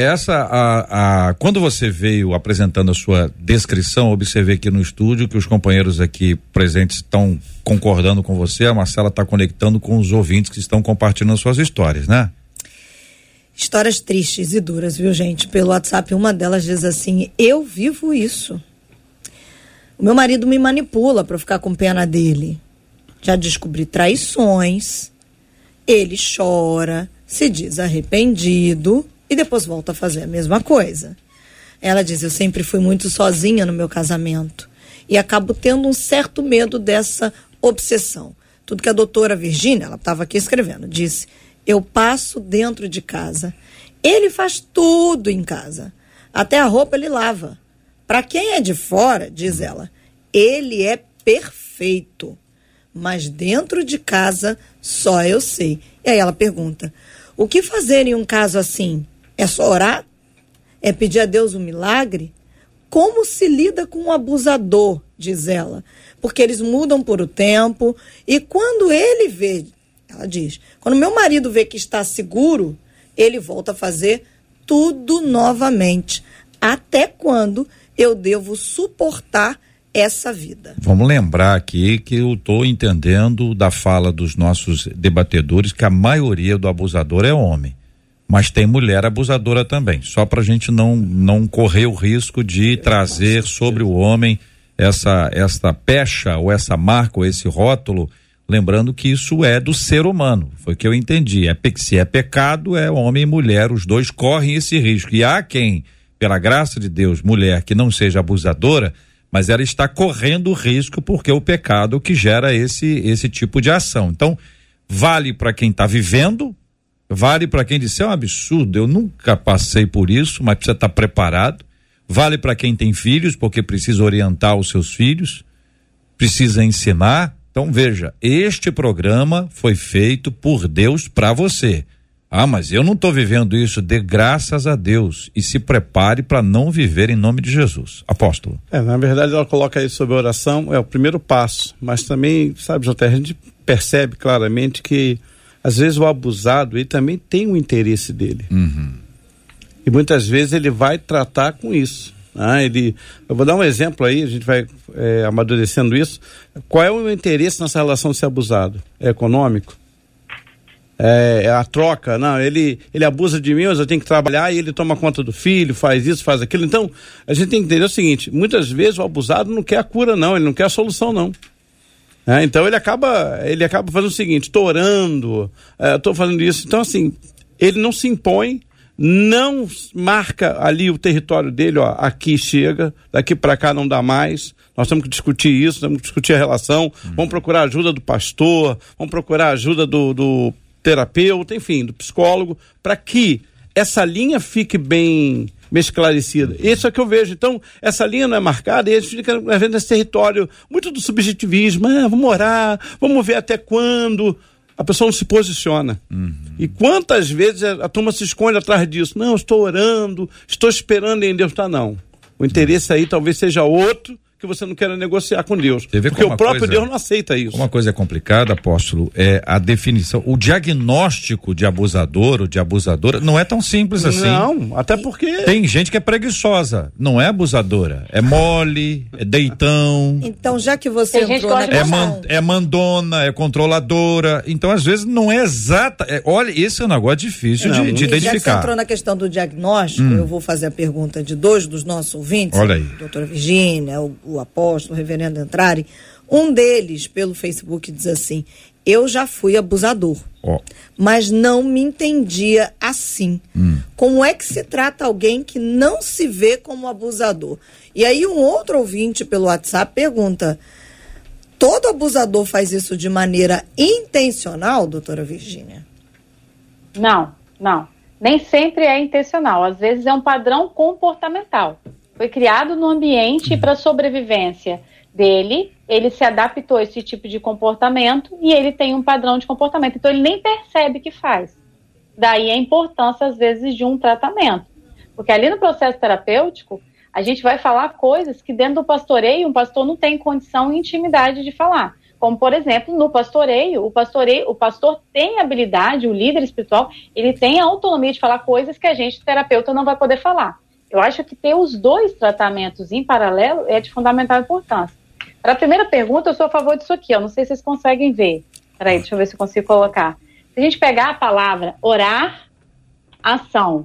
anjo. Quando você veio apresentando a sua descrição, observei aqui no estúdio que os companheiros aqui presentes estão concordando com você, a Marcela está conectando com os ouvintes que estão compartilhando suas histórias, né? Histórias tristes e duras, viu, gente? Pelo WhatsApp, uma delas diz assim, eu vivo isso. O meu marido me manipula para ficar com pena dele. Já descobri traições. Ele chora, se diz arrependido e depois volta a fazer a mesma coisa. Ela diz, eu sempre fui muito sozinha no meu casamento e acabo tendo um certo medo dessa obsessão. Tudo que a doutora Virgínia, ela estava aqui escrevendo, disse, eu passo dentro de casa. Ele faz tudo em casa. Até a roupa ele lava. Para quem é de fora, diz ela, ele é perfeito, mas dentro de casa só eu sei. E aí ela pergunta, o que fazer em um caso assim? É só orar? É pedir a Deus um milagre? Como se lida com um abusador, diz ela? Porque eles mudam por o tempo e quando ele vê, ela diz, quando meu marido vê que está seguro, ele volta a fazer tudo novamente. Até quando eu devo suportar essa vida? Vamos lembrar aqui que eu estou entendendo da fala dos nossos debatedores que a maioria do abusador é homem, mas tem mulher abusadora também, só para a gente não correr o risco de trazer sobre o homem essa pecha ou essa marca ou esse rótulo, lembrando que isso é do ser humano, foi o que eu entendi, se é pecado, é homem e mulher, os dois correm esse risco, e há quem, pela graça de Deus, mulher que não seja abusadora, mas ela está correndo risco porque é o pecado que gera esse tipo de ação. Então, vale para quem está vivendo, vale para quem disse, é um absurdo, eu nunca passei por isso, mas precisa estar preparado, vale para quem tem filhos, porque precisa orientar os seus filhos, precisa ensinar. Então, veja, este programa foi feito por Deus para você. Ah, mas eu não estou vivendo isso, dê graças a Deus e se prepare para não viver em nome de Jesus. Apóstolo. Na verdade ela coloca aí sobre a oração, é o primeiro passo, mas também, sabe, JR, a gente percebe claramente que às vezes o abusado, ele também tem um interesse dele. E muitas vezes ele vai tratar com isso. Eu vou dar um exemplo aí, a gente vai amadurecendo isso. Qual é o interesse nessa relação de ser abusado? É econômico? É a troca, não, ele abusa de mim, mas eu tenho que trabalhar e ele toma conta do filho, faz isso, faz aquilo. Então, a gente tem que entender o seguinte, muitas vezes o abusado não quer a cura não, ele não quer a solução não. Então ele acaba fazendo o seguinte, estou orando, estou fazendo isso, então assim, ele não se impõe, não marca ali o território dele, ó, aqui chega, daqui para cá não dá mais, nós temos que discutir isso, temos que discutir a relação, vamos procurar ajuda do pastor, vamos procurar ajuda do terapeuta, enfim, do psicólogo, para que essa linha fique bem esclarecida. Isso é que eu vejo. Então, essa linha não é marcada e a gente fica vendo esse território muito do subjetivismo. Vamos orar, vamos ver até quando. a pessoa não se posiciona. E quantas vezes a turma se esconde atrás disso? Não, estou orando, estou esperando em Deus. Tá, não. O interesse aí talvez seja outro, que você não queira negociar com Deus. Porque o próprio Deus não aceita isso. Uma coisa complicada, apóstolo, é a definição, o diagnóstico de abusador ou de abusadora não é tão simples assim. Não, até porque... Tem gente que é preguiçosa, não é abusadora, é mole, é deitão. Então, já que você entrou na questão... É mandona, é controladora, então às vezes não é exata, olha, esse é um negócio difícil de identificar. Já que você entrou na questão do diagnóstico, eu vou fazer a pergunta de 2 dos nossos ouvintes. Olha aí. Doutora Virgínia, o apóstolo, o reverendo Entrare. Um deles, pelo Facebook, diz assim: eu já fui abusador, mas não me entendia assim. Como é que se trata alguém que não se vê como abusador? E aí um outro ouvinte pelo WhatsApp pergunta: todo abusador faz isso de maneira intencional, doutora Virgínia? Não. Nem sempre é intencional. Às vezes é um padrão comportamental. Foi criado no ambiente para sobrevivência dele, ele se adaptou a esse tipo de comportamento e ele tem um padrão de comportamento. Então ele nem percebe que faz. Daí a importância, às vezes, de um tratamento. Porque ali no processo terapêutico, a gente vai falar coisas que dentro do pastoreio, um pastor não tem condição e intimidade de falar. Como, por exemplo, no pastoreio, o pastor tem habilidade, o líder espiritual, ele tem a autonomia de falar coisas que a gente, terapeuta, não vai poder falar. Eu acho que ter os 2 tratamentos em paralelo é de fundamental importância. Para a primeira pergunta, eu sou a favor disso aqui, não sei se vocês conseguem ver. Peraí, deixa eu ver se eu consigo colocar. Se a gente pegar a palavra orar, ação,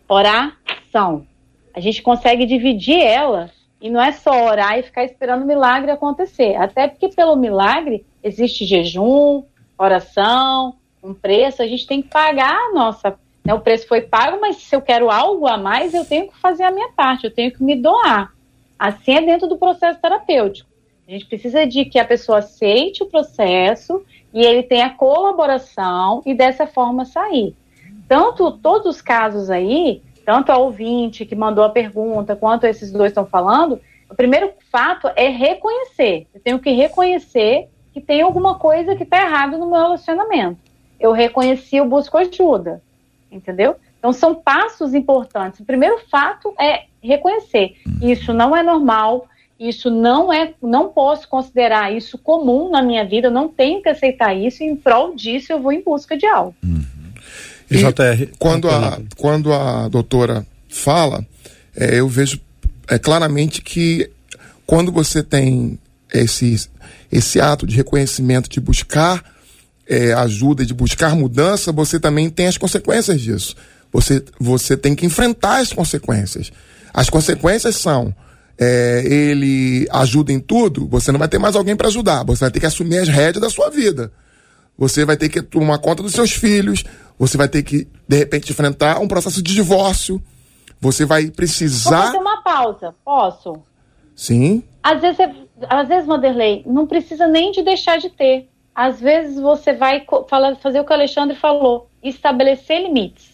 a gente consegue dividir ela, e não é só orar e ficar esperando o milagre acontecer. Até porque pelo milagre existe jejum, oração, um preço, a gente tem que pagar a nossa... O preço foi pago, mas se eu quero algo a mais, eu tenho que fazer a minha parte, eu tenho que me doar. Assim é dentro do processo terapêutico. A gente precisa de que a pessoa aceite o processo e ele tenha colaboração e dessa forma sair. Todos os casos aí, tanto a ouvinte que mandou a pergunta, quanto esses 2 estão falando, o primeiro fato é reconhecer. Eu tenho que reconhecer que tem alguma coisa que está errado no meu relacionamento. Eu reconheci, eu busco ajuda. Entendeu? Então são passos importantes. O primeiro fato é reconhecer. Isso não é normal, isso não posso considerar isso comum na minha vida, eu não tenho que aceitar isso, e em prol disso eu vou em busca de algo. E quando a doutora fala, eu vejo claramente que quando você tem esse ato de reconhecimento, de buscar ajuda, de buscar mudança, você também tem as consequências disso. Você tem que enfrentar as consequências. As consequências são ele ajuda em tudo, você não vai ter mais alguém para ajudar, você vai ter que assumir as rédeas da sua vida. Você vai ter que tomar conta dos seus filhos, você vai ter que, de repente, enfrentar um processo de divórcio, você vai precisar... Vou fazer uma pausa, posso? Sim. Às vezes, Vanderlei, não precisa nem de deixar de ter. Às vezes você vai fazer o que o Alexandre falou, estabelecer limites.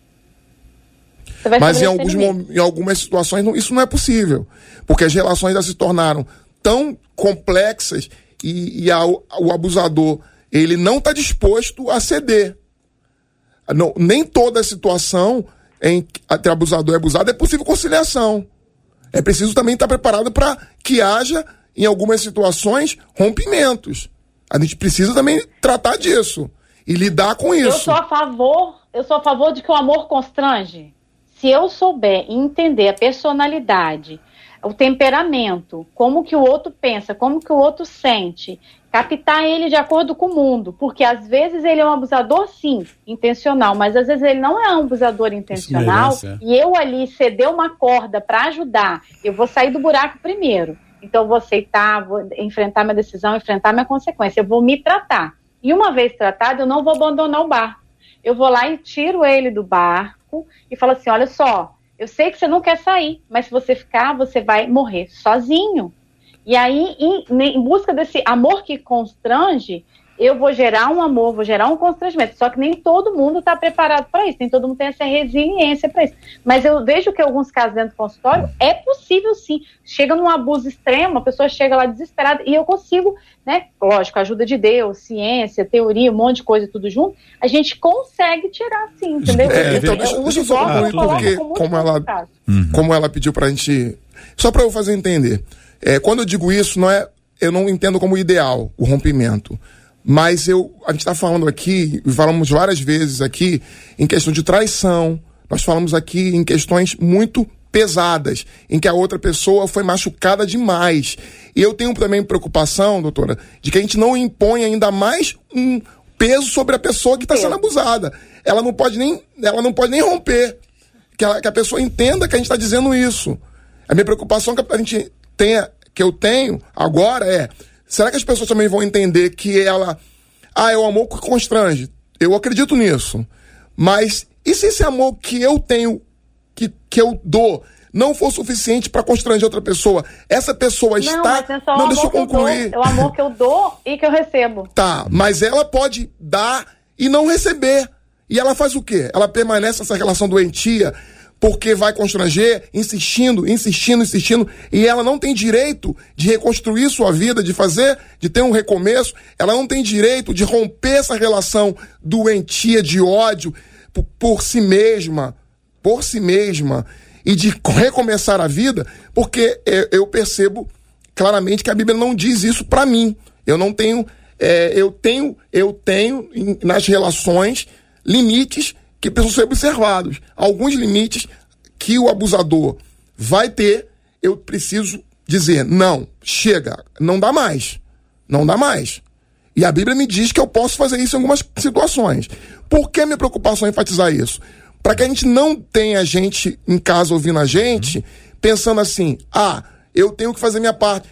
Mas em algumas situações isso não é possível, porque as relações já se tornaram tão complexas e o abusador, ele não está disposto a ceder. Não, nem toda situação em que abusador e abusado é possível conciliação. É preciso também estar preparado para que haja, em algumas situações, rompimentos. A gente precisa também tratar disso e lidar com isso. Eu sou a favor de que o amor constrange. Se eu souber entender a personalidade, o temperamento, como que o outro pensa, como que o outro sente, captar ele de acordo com o mundo, porque às vezes ele é um abusador, sim, intencional, mas às vezes ele não é um abusador intencional, e eu ali ceder uma corda para ajudar, eu vou sair do buraco primeiro. Então eu vou aceitar, vou enfrentar minha decisão, enfrentar minha consequência, eu vou me tratar. E uma vez tratado, eu não vou abandonar o barco. Eu vou lá e tiro ele do barco e falo assim, olha só, eu sei que você não quer sair, mas se você ficar, você vai morrer sozinho. E aí, em busca desse amor que constrange, eu vou gerar um amor, vou gerar um constrangimento. Só que nem todo mundo está preparado para isso, nem todo mundo tem essa resiliência para isso. Mas eu vejo que alguns casos dentro do consultório é possível sim. Chega num abuso extremo, a pessoa chega lá desesperada e eu consigo, né? Lógico, ajuda de Deus, ciência, teoria, um monte de coisa, tudo junto, a gente consegue tirar sim, entendeu? Então, deixa eu só concluir, porque como ela pediu pra gente... Só para eu fazer entender. Quando eu digo isso, eu não entendo como ideal o rompimento. Mas a gente está falando aqui, e falamos várias vezes aqui, em questão de traição. Nós falamos aqui em questões muito pesadas, em que a outra pessoa foi machucada demais. E eu tenho também preocupação, doutora, de que a gente não impõe ainda mais um peso sobre a pessoa que está sendo abusada. Ela não pode nem romper. Que a pessoa entenda que a gente está dizendo isso. A minha preocupação que eu tenho agora é: será que as pessoas também vão entender que é o amor que constrange? Eu acredito nisso. Mas e se esse amor que eu tenho, que eu dou, não for suficiente para constranger outra pessoa? Essa pessoa está... Não, deixa eu concluir. É o amor que eu dou e que eu recebo. Tá, mas ela pode dar e não receber. E ela faz o quê? Ela permanece nessa relação doentia porque vai constranger, insistindo, e ela não tem direito de reconstruir sua vida, de ter um recomeço. Ela não tem direito de romper essa relação doentia de ódio por si mesma, e de recomeçar a vida, porque eu percebo claramente que a Bíblia não diz isso para mim. Eu não tenho, eu tenho nas relações limites que precisam ser observados. Alguns limites que o abusador vai ter, eu preciso dizer: não, chega, não dá mais. E a Bíblia me diz que eu posso fazer isso em algumas situações. Por que minha preocupação é enfatizar isso? Para que a gente não tenha gente em casa ouvindo a gente, pensando assim: eu tenho que fazer minha parte.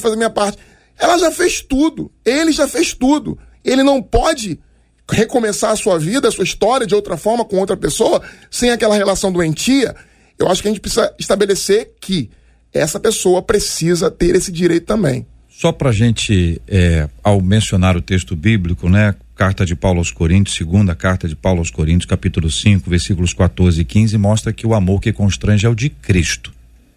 Ela já fez tudo, ele já fez tudo. Ele não pode recomeçar a sua vida, a sua história de outra forma, com outra pessoa, sem aquela relação doentia. Eu acho que a gente precisa estabelecer que essa pessoa precisa ter esse direito também. Só pra gente, ao mencionar o texto bíblico, né? Carta de Paulo aos Coríntios, segunda carta de Paulo aos Coríntios, capítulo 5, versículos 14 e 15, mostra que o amor que constrange é o de Cristo.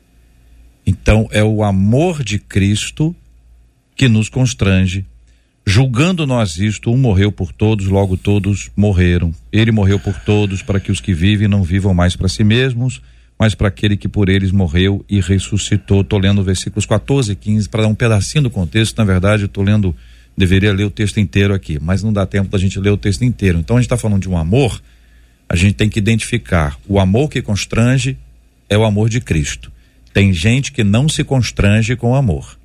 Então, é o amor de Cristo que nos constrange. Julgando nós isto, um morreu por todos, logo todos morreram. Ele morreu por todos, para que os que vivem não vivam mais para si mesmos, mas para aquele que por eles morreu e ressuscitou. Estou lendo versículos 14 e 15 para dar um pedacinho do contexto. Na verdade, eu estou lendo, deveria ler o texto inteiro aqui, mas não dá tempo da gente ler o texto inteiro. Então a gente está falando de um amor, a gente tem que identificar: o amor que constrange é o amor de Cristo. Tem gente que não se constrange com o amor.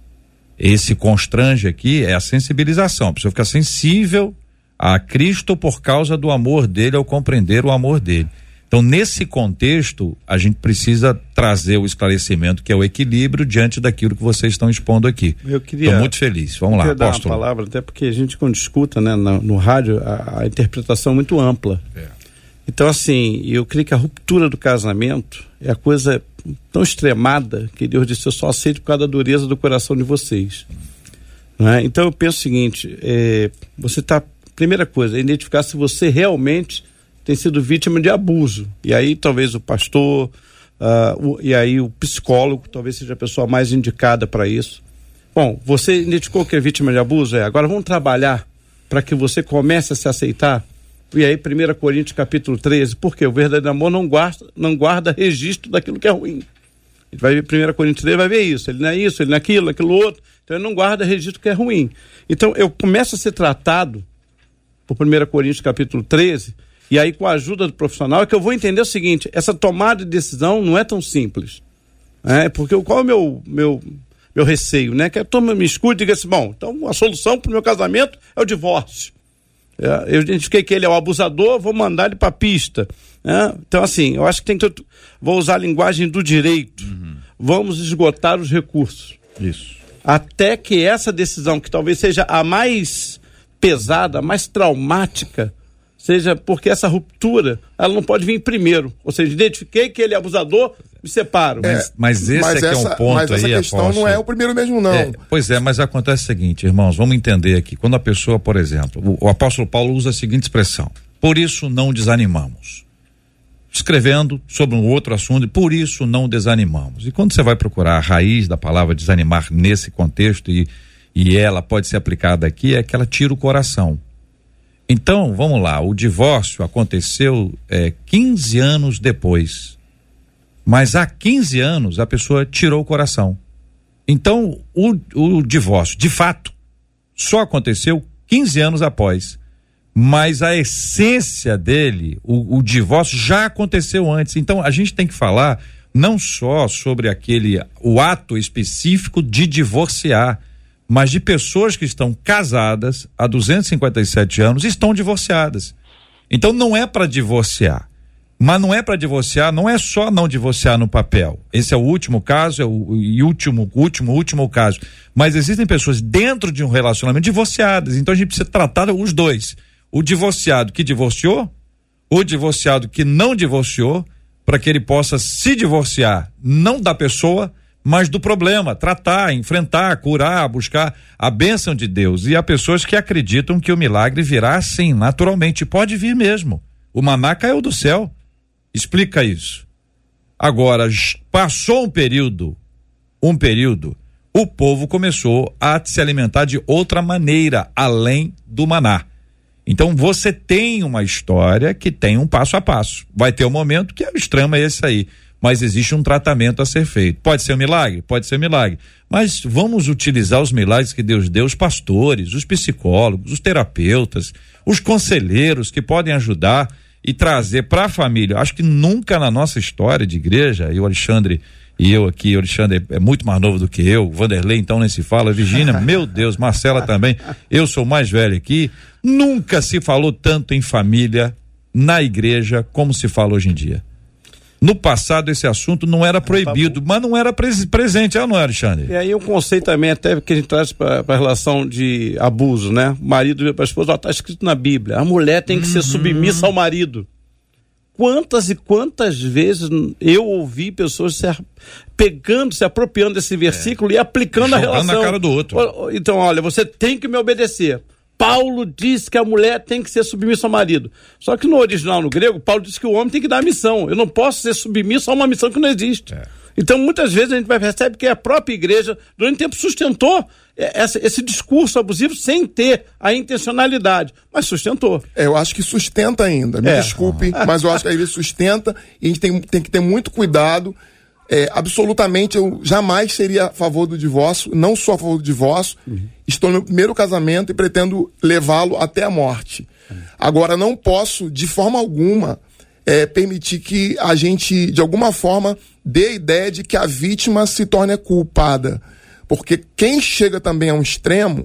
Esse constrange aqui é a sensibilização, a pessoa fica sensível a Cristo por causa do amor dele, ao compreender o amor dele. Então, nesse contexto, a gente precisa trazer o esclarecimento, que é o equilíbrio diante daquilo que vocês estão expondo aqui. Estou muito feliz. Vamos lá, apóstolo. Dar uma palavra, até porque a gente, quando escuta, né, no rádio, a interpretação é muito ampla. Então, assim, eu creio que a ruptura do casamento é a coisa tão extremada que Deus disse: eu só aceito por causa da dureza do coração de vocês. Né? Então, eu penso o seguinte: você está, primeira coisa, é identificar se você realmente tem sido vítima de abuso. E aí, talvez o pastor, e aí o psicólogo, talvez seja a pessoa mais indicada para isso. Bom, você identificou que é vítima de abuso? Agora vamos trabalhar para que você comece a se aceitar. E aí, 1 Coríntios capítulo 13, porque o verdadeiro amor não guarda registro daquilo que é ruim. A gente vai ver 1 Coríntios 13, vai ver isso. Ele não é isso, ele não é aquilo outro. Então ele não guarda registro que é ruim. Então eu começo a ser tratado por 1 Coríntios capítulo 13, e aí com a ajuda do profissional é que eu vou entender o seguinte: essa tomada de decisão não é tão simples. Porque qual é o meu receio, né? Que a turma me escute e diga assim: bom, então a solução para o meu casamento é o divórcio. Eu identifiquei que ele é o abusador, vou mandar ele para a pista. Então, assim, eu acho que vou usar a linguagem do direito. Vamos esgotar os recursos. Isso. Até que essa decisão, que talvez seja a mais pesada, a mais traumática, seja porque essa ruptura, ela não pode vir primeiro. Ou seja, identifiquei que ele é abusador, me separo. Mas esse é que é um ponto mas essa aí, questão apóstolo. não é o primeiro mesmo, não. Pois é, mas acontece o seguinte, irmãos, vamos entender aqui. Quando a pessoa, por exemplo, o apóstolo Paulo usa a seguinte expressão: por isso não desanimamos. Escrevendo sobre um outro assunto, por isso não desanimamos. E quando você vai procurar a raiz da palavra desanimar nesse contexto, e ela pode ser aplicada aqui, é que ela tira o coração. Então, vamos lá, o divórcio aconteceu 15 anos depois, mas há 15 anos a pessoa tirou o coração. Então, o divórcio, de fato, só aconteceu 15 anos após, mas a essência dele, o divórcio já aconteceu antes. Então, a gente tem que falar não só sobre o ato específico de divorciar, mas de pessoas que estão casadas há 257 anos e estão divorciadas. Então não é para divorciar, mas não é para divorciar, não é só não divorciar no papel. Esse é o último caso, último caso. Mas existem pessoas dentro de um relacionamento divorciadas, então a gente precisa tratar os dois. O divorciado que divorciou, o divorciado que não divorciou, para que ele possa se divorciar, não da pessoa, mas do problema, tratar, enfrentar, curar, buscar a bênção de Deus. E há pessoas que acreditam que o milagre virá assim, naturalmente. Pode vir mesmo. O maná caiu do céu. Explica isso. Agora, passou um período, o povo começou a se alimentar de outra maneira, além do maná. Então você tem uma história que tem um passo a passo. Vai ter um momento que o extremo é esse aí. Mas existe um tratamento a ser feito. Pode ser um milagre? Pode ser um milagre. Mas vamos utilizar os milagres que Deus deu, os pastores, os psicólogos, os terapeutas, os conselheiros que podem ajudar e trazer para a família. Acho que nunca na nossa história de igreja, o Alexandre e eu aqui, o Alexandre é muito mais novo do que eu, o Vanderlei então nem se fala, Virgínia, meu Deus, Marcela também, eu sou mais velho aqui, nunca se falou tanto em família na igreja como se fala hoje em dia. No passado esse assunto não era proibido, mas não era presente, não é, Alexandre? E aí um conceito também até que a gente traz para a relação de abuso, né? O marido vira para a esposa, está escrito na Bíblia, a mulher tem que ser submissa ao marido. Quantas e quantas vezes eu ouvi pessoas se apropriando desse versículo e aplicando a relação. Na cara do outro. Então, olha, você tem que me obedecer. Paulo diz que a mulher tem que ser submissa ao marido. Só que no original, no grego, Paulo diz que o homem tem que dar a missão. Eu não posso ser submisso a uma missão que não existe. Então, muitas vezes a gente percebe que a própria igreja, durante tempo, sustentou esse discurso abusivo sem ter a intencionalidade, mas sustentou. Eu acho que sustenta ainda, me desculpe, mas eu acho que a igreja sustenta e a gente tem que ter muito cuidado. Absolutamente, eu jamais seria a favor do divórcio, não sou a favor do divórcio, estou no meu primeiro casamento e pretendo levá-lo até a morte. Agora, não posso, de forma alguma, permitir que a gente, de alguma forma, dê a ideia de que a vítima se torne culpada. Porque quem chega também a um extremo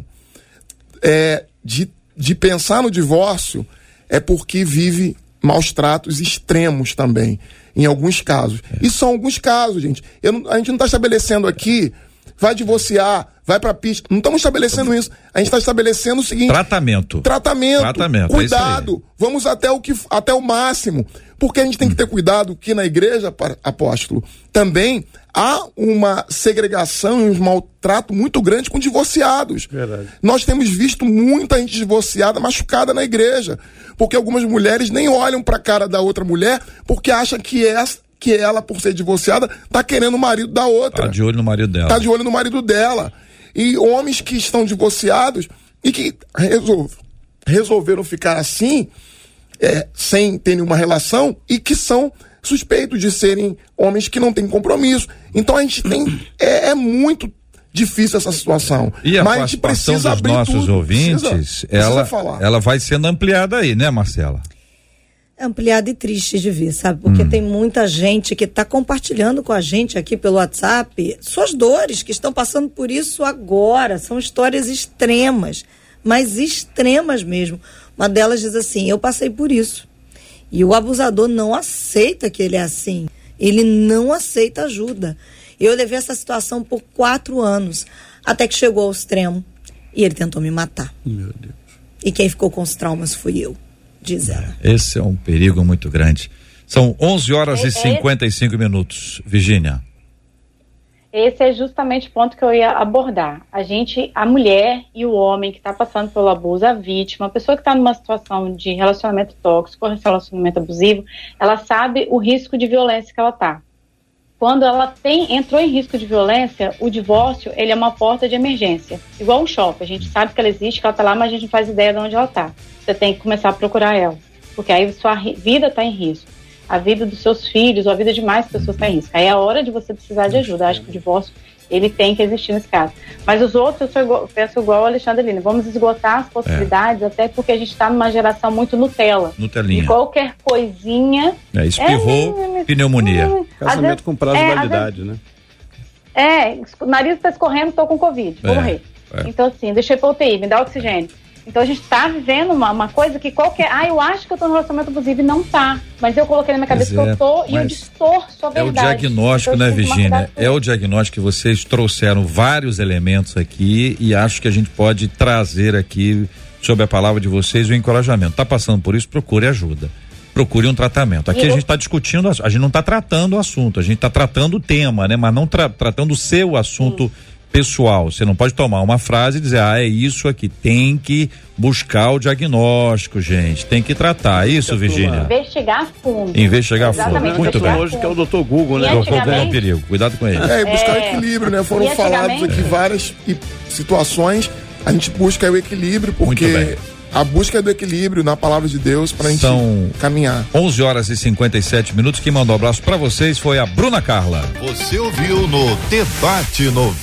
de pensar no divórcio é porque vive maus tratos extremos também, em alguns casos. E são alguns casos, gente. A gente não está estabelecendo aqui, vai divorciar, vai pra pista. Não estamos estabelecendo isso. A gente está estabelecendo o seguinte: Tratamento. Cuidado. Vamos até o máximo. Porque a gente tem que ter cuidado que na igreja, apóstolo, também há uma segregação e um maltrato muito grande com divorciados. Verdade. Nós temos visto muita gente divorciada machucada na igreja. Porque algumas mulheres nem olham pra cara da outra mulher porque acham que ela, por ser divorciada, tá querendo o marido da outra. Tá de olho no marido dela. E homens que estão divorciados e que resolveram ficar assim, sem ter nenhuma relação, e que são suspeitos de serem homens que não têm compromisso. Então a gente tem... É muito difícil essa situação. E mas a gente precisa dos nossos ouvintes, ela vai sendo ampliada aí, né, Marcela? Ampliada e triste de ver, sabe? Porque tem muita gente que está compartilhando com a gente aqui pelo WhatsApp suas dores, que estão passando por isso agora. São histórias extremas, mas extremas mesmo. Uma delas diz assim: eu passei por isso. E o abusador não aceita que ele é assim. Ele não aceita ajuda. Eu levei essa situação por 4 anos, até que chegou ao extremo e ele tentou me matar. Meu Deus. E quem ficou com os traumas fui eu, diz ela. Esse é um perigo muito grande. São 11h55, Virgínia. Esse é justamente o ponto que eu ia abordar. A mulher e o homem que está passando pelo abuso, a vítima, a pessoa que está numa situação de relacionamento tóxico, relacionamento abusivo, ela sabe o risco de violência que ela está. Quando ela entrou em risco de violência, o divórcio, ele é uma porta de emergência. Igual um shopping, a gente sabe que ela existe, que ela está lá, mas a gente não faz ideia de onde ela está. Você tem que começar a procurar ela, porque aí sua vida está em risco. A vida dos seus filhos, ou a vida de mais pessoas está em risco. Aí é a hora de você precisar de ajuda. Acho que o divórcio, ele tem que existir nesse caso. Mas os outros, eu penso igual o Alexandre Lino. Vamos esgotar as possibilidades, até porque a gente está numa geração muito Nutella. Nutelinha. E qualquer coisinha... espirrou, pneumonia. Casamento com prazo de validade, né? O nariz está escorrendo, estou com Covid, vou morrer. Então, assim, deixa eu ir para UTI, me dá oxigênio. Então a gente está vivendo uma coisa que eu acho que eu estou no relacionamento abusivo e não tá. Mas eu coloquei na minha cabeça que eu tô e eu distorço a verdade. É o diagnóstico, então, né, Virgínia? É o diagnóstico que vocês trouxeram vários elementos aqui e acho que a gente pode trazer aqui, sob a palavra de vocês, o encorajamento. Tá passando por isso, procure ajuda. Procure um tratamento. Aqui a gente está discutindo, a gente não está tratando o assunto, a gente está tratando o tema, né? Mas não tratando o seu assunto pessoal. Você não pode tomar uma frase e dizer, é isso aqui, tem que buscar o diagnóstico, gente, tem que tratar. É isso, Virgínia? Investigar a fundo. Investigar a fundo. Muito bem. Hoje que é o Dr. Google, né? O Dr. Google é um perigo, cuidado com ele. Buscar o equilíbrio, né? Foram falados aqui várias situações, a gente busca o equilíbrio, porque a busca do equilíbrio na palavra de Deus pra gente caminhar. 11h57. Quem mandou um abraço pra vocês foi a Bruna Carla. Você ouviu no Debate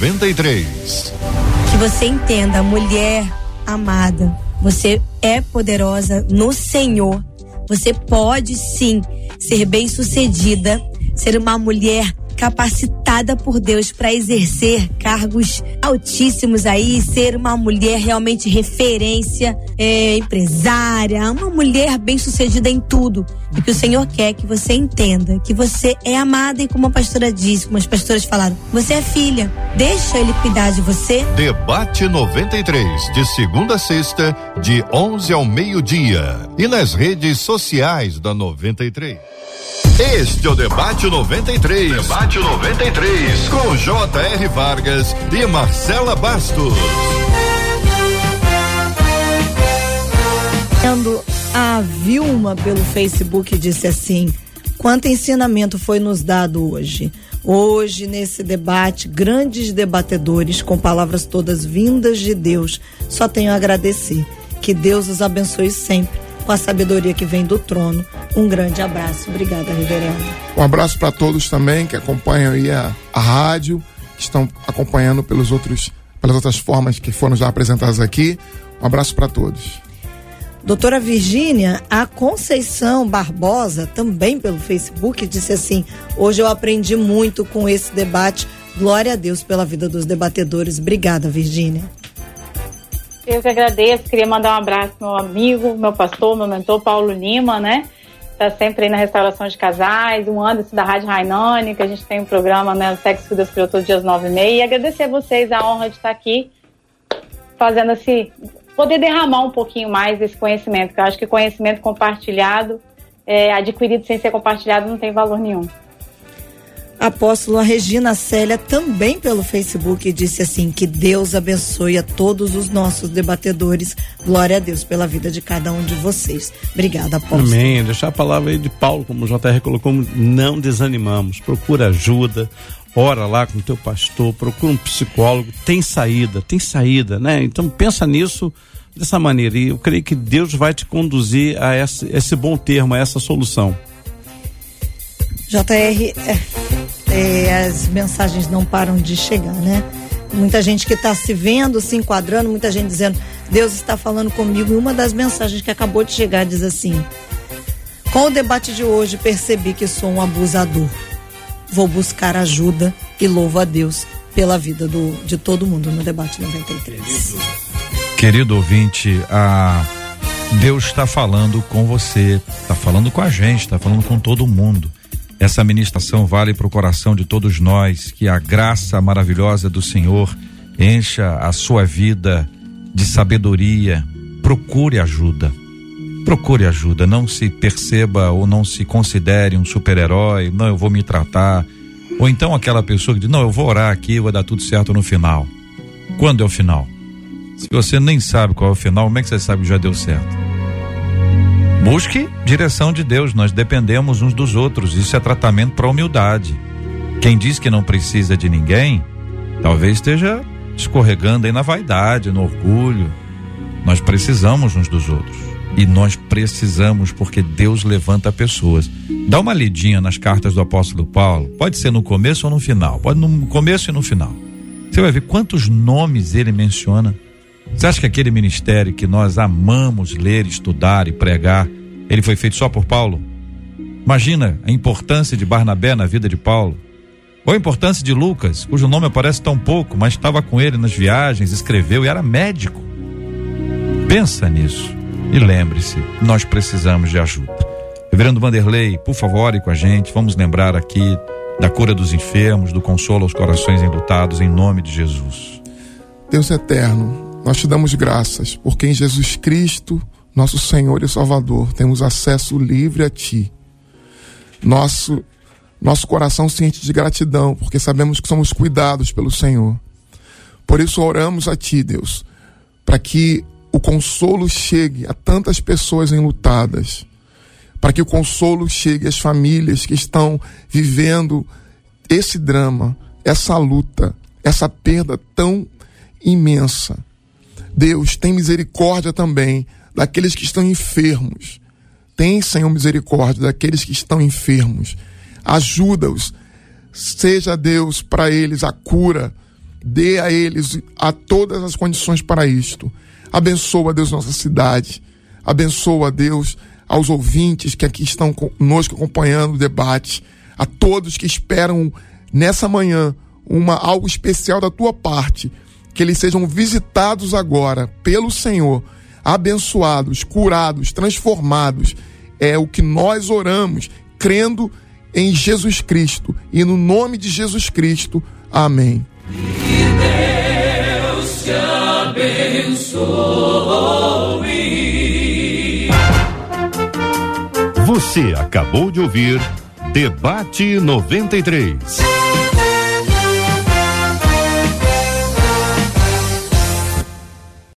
93. Que você entenda, mulher amada, você é poderosa no Senhor. Você pode sim ser bem-sucedida, ser uma mulher capacitada por Deus para exercer cargos altíssimos aí, ser uma mulher realmente referência, empresária, uma mulher bem-sucedida em tudo. E que o Senhor quer que você entenda que você é amada e, como a pastora disse, como as pastoras falaram, você é filha. Deixa Ele cuidar de você. Debate 93, de segunda a sexta, de 11 ao meio-dia. E nas redes sociais da 93. Este é o Debate 93. Debate 93. Com J.R. Vargas e Marcela Bastos. A Vilma pelo Facebook disse assim: quanto ensinamento foi nos dado hoje? Hoje, nesse debate, grandes debatedores com palavras todas vindas de Deus. Só tenho a agradecer. Que Deus os abençoe sempre com a sabedoria que vem do trono. Um grande abraço. Obrigada, reverendo. Um abraço para todos também que acompanham aí a rádio, que estão acompanhando pelas outras formas que foram já apresentadas aqui. Um abraço para todos. Doutora Virgínia, a Conceição Barbosa, também pelo Facebook, disse assim: hoje eu aprendi muito com esse debate. Glória a Deus pela vida dos debatedores. Obrigada, Virgínia. Eu que agradeço, queria mandar um abraço pro meu amigo, meu pastor, meu mentor, Paulo Lima, né? Tá sempre aí na restauração de casais, o Anderson da Rádio Rainane, que a gente tem um programa, né? O Sexo que Deus criou todos os dias 9h30, e agradecer a vocês a honra de estar aqui fazendo poder derramar um pouquinho mais desse conhecimento, porque eu acho que conhecimento compartilhado, adquirido sem ser compartilhado, não tem valor nenhum. Apóstola Regina Célia, também pelo Facebook, disse assim: que Deus abençoe a todos os nossos debatedores. Glória a Deus pela vida de cada um de vocês. Obrigada, apóstola. Amém. Deixar a palavra aí de Paulo, como o JR colocou, não desanimamos. Procura ajuda, ora lá com o teu pastor, procura um psicólogo. Tem saída, né? Então pensa nisso dessa maneira, e eu creio que Deus vai te conduzir a esse bom termo, a essa solução. JR, as mensagens não param de chegar, né? Muita gente que está se vendo, se enquadrando, muita gente dizendo: Deus está falando comigo. E uma das mensagens que acabou de chegar diz assim: com o debate de hoje percebi que sou um abusador. Vou buscar ajuda e louvo a Deus pela vida de todo mundo no Debate 93. Querido ouvinte, Deus está falando com você, está falando com a gente, está falando com todo mundo. Essa ministração vale para o coração de todos nós, que a graça maravilhosa do Senhor encha a sua vida de sabedoria. Procure ajuda. procure ajuda, não se perceba ou não se considere um super-herói, não, eu vou me tratar, ou então aquela pessoa que diz, não, eu vou orar aqui, vai dar tudo certo no final. Quando é o final? Se você nem sabe qual é o final, como é que você sabe que já deu certo? Busque direção de Deus, nós dependemos uns dos outros, isso é tratamento para humildade. Quem diz que não precisa de ninguém, talvez esteja escorregando aí na vaidade, no orgulho. Nós precisamos uns dos outros. E nós precisamos porque Deus levanta pessoas. Dá uma lidinha nas cartas do apóstolo Paulo, pode ser no começo ou no final, pode no começo e no final. Você vai ver quantos nomes ele menciona. Você acha que aquele ministério que nós amamos ler, estudar e pregar, ele foi feito só por Paulo? Imagina a importância de Barnabé na vida de Paulo. Ou a importância de Lucas, cujo nome aparece tão pouco, mas estava com ele nas viagens, escreveu e era médico. Pensa nisso e lembre-se, nós precisamos de ajuda. Reverendo Vanderlei, por favor, ore com a gente. Vamos lembrar aqui da cura dos enfermos, do consolo aos corações enlutados, em nome de Jesus. Deus eterno, nós te damos graças, porque em Jesus Cristo, nosso Senhor e Salvador, temos acesso livre a Ti. Nosso coração sente de gratidão, porque sabemos que somos cuidados pelo Senhor. Por isso oramos a Ti, Deus, para que o consolo chegue a tantas pessoas enlutadas, para que o consolo chegue às famílias que estão vivendo esse drama, essa luta, essa perda tão imensa. Deus, tem misericórdia também daqueles que estão enfermos. Tem, Senhor, misericórdia daqueles que estão enfermos. Ajuda-os. Seja, Deus, para eles a cura. Dê a eles a todas as condições para isto. Abençoa, Deus, nossa cidade. Abençoa, Deus, aos ouvintes que aqui estão conosco acompanhando o debate. A todos que esperam nessa manhã algo especial da tua parte. Que eles sejam visitados agora pelo Senhor, abençoados, curados, transformados. É o que nós oramos, crendo em Jesus Cristo. E no nome de Jesus Cristo, amém. Que Deus te abençoe. Você acabou de ouvir Debate 93.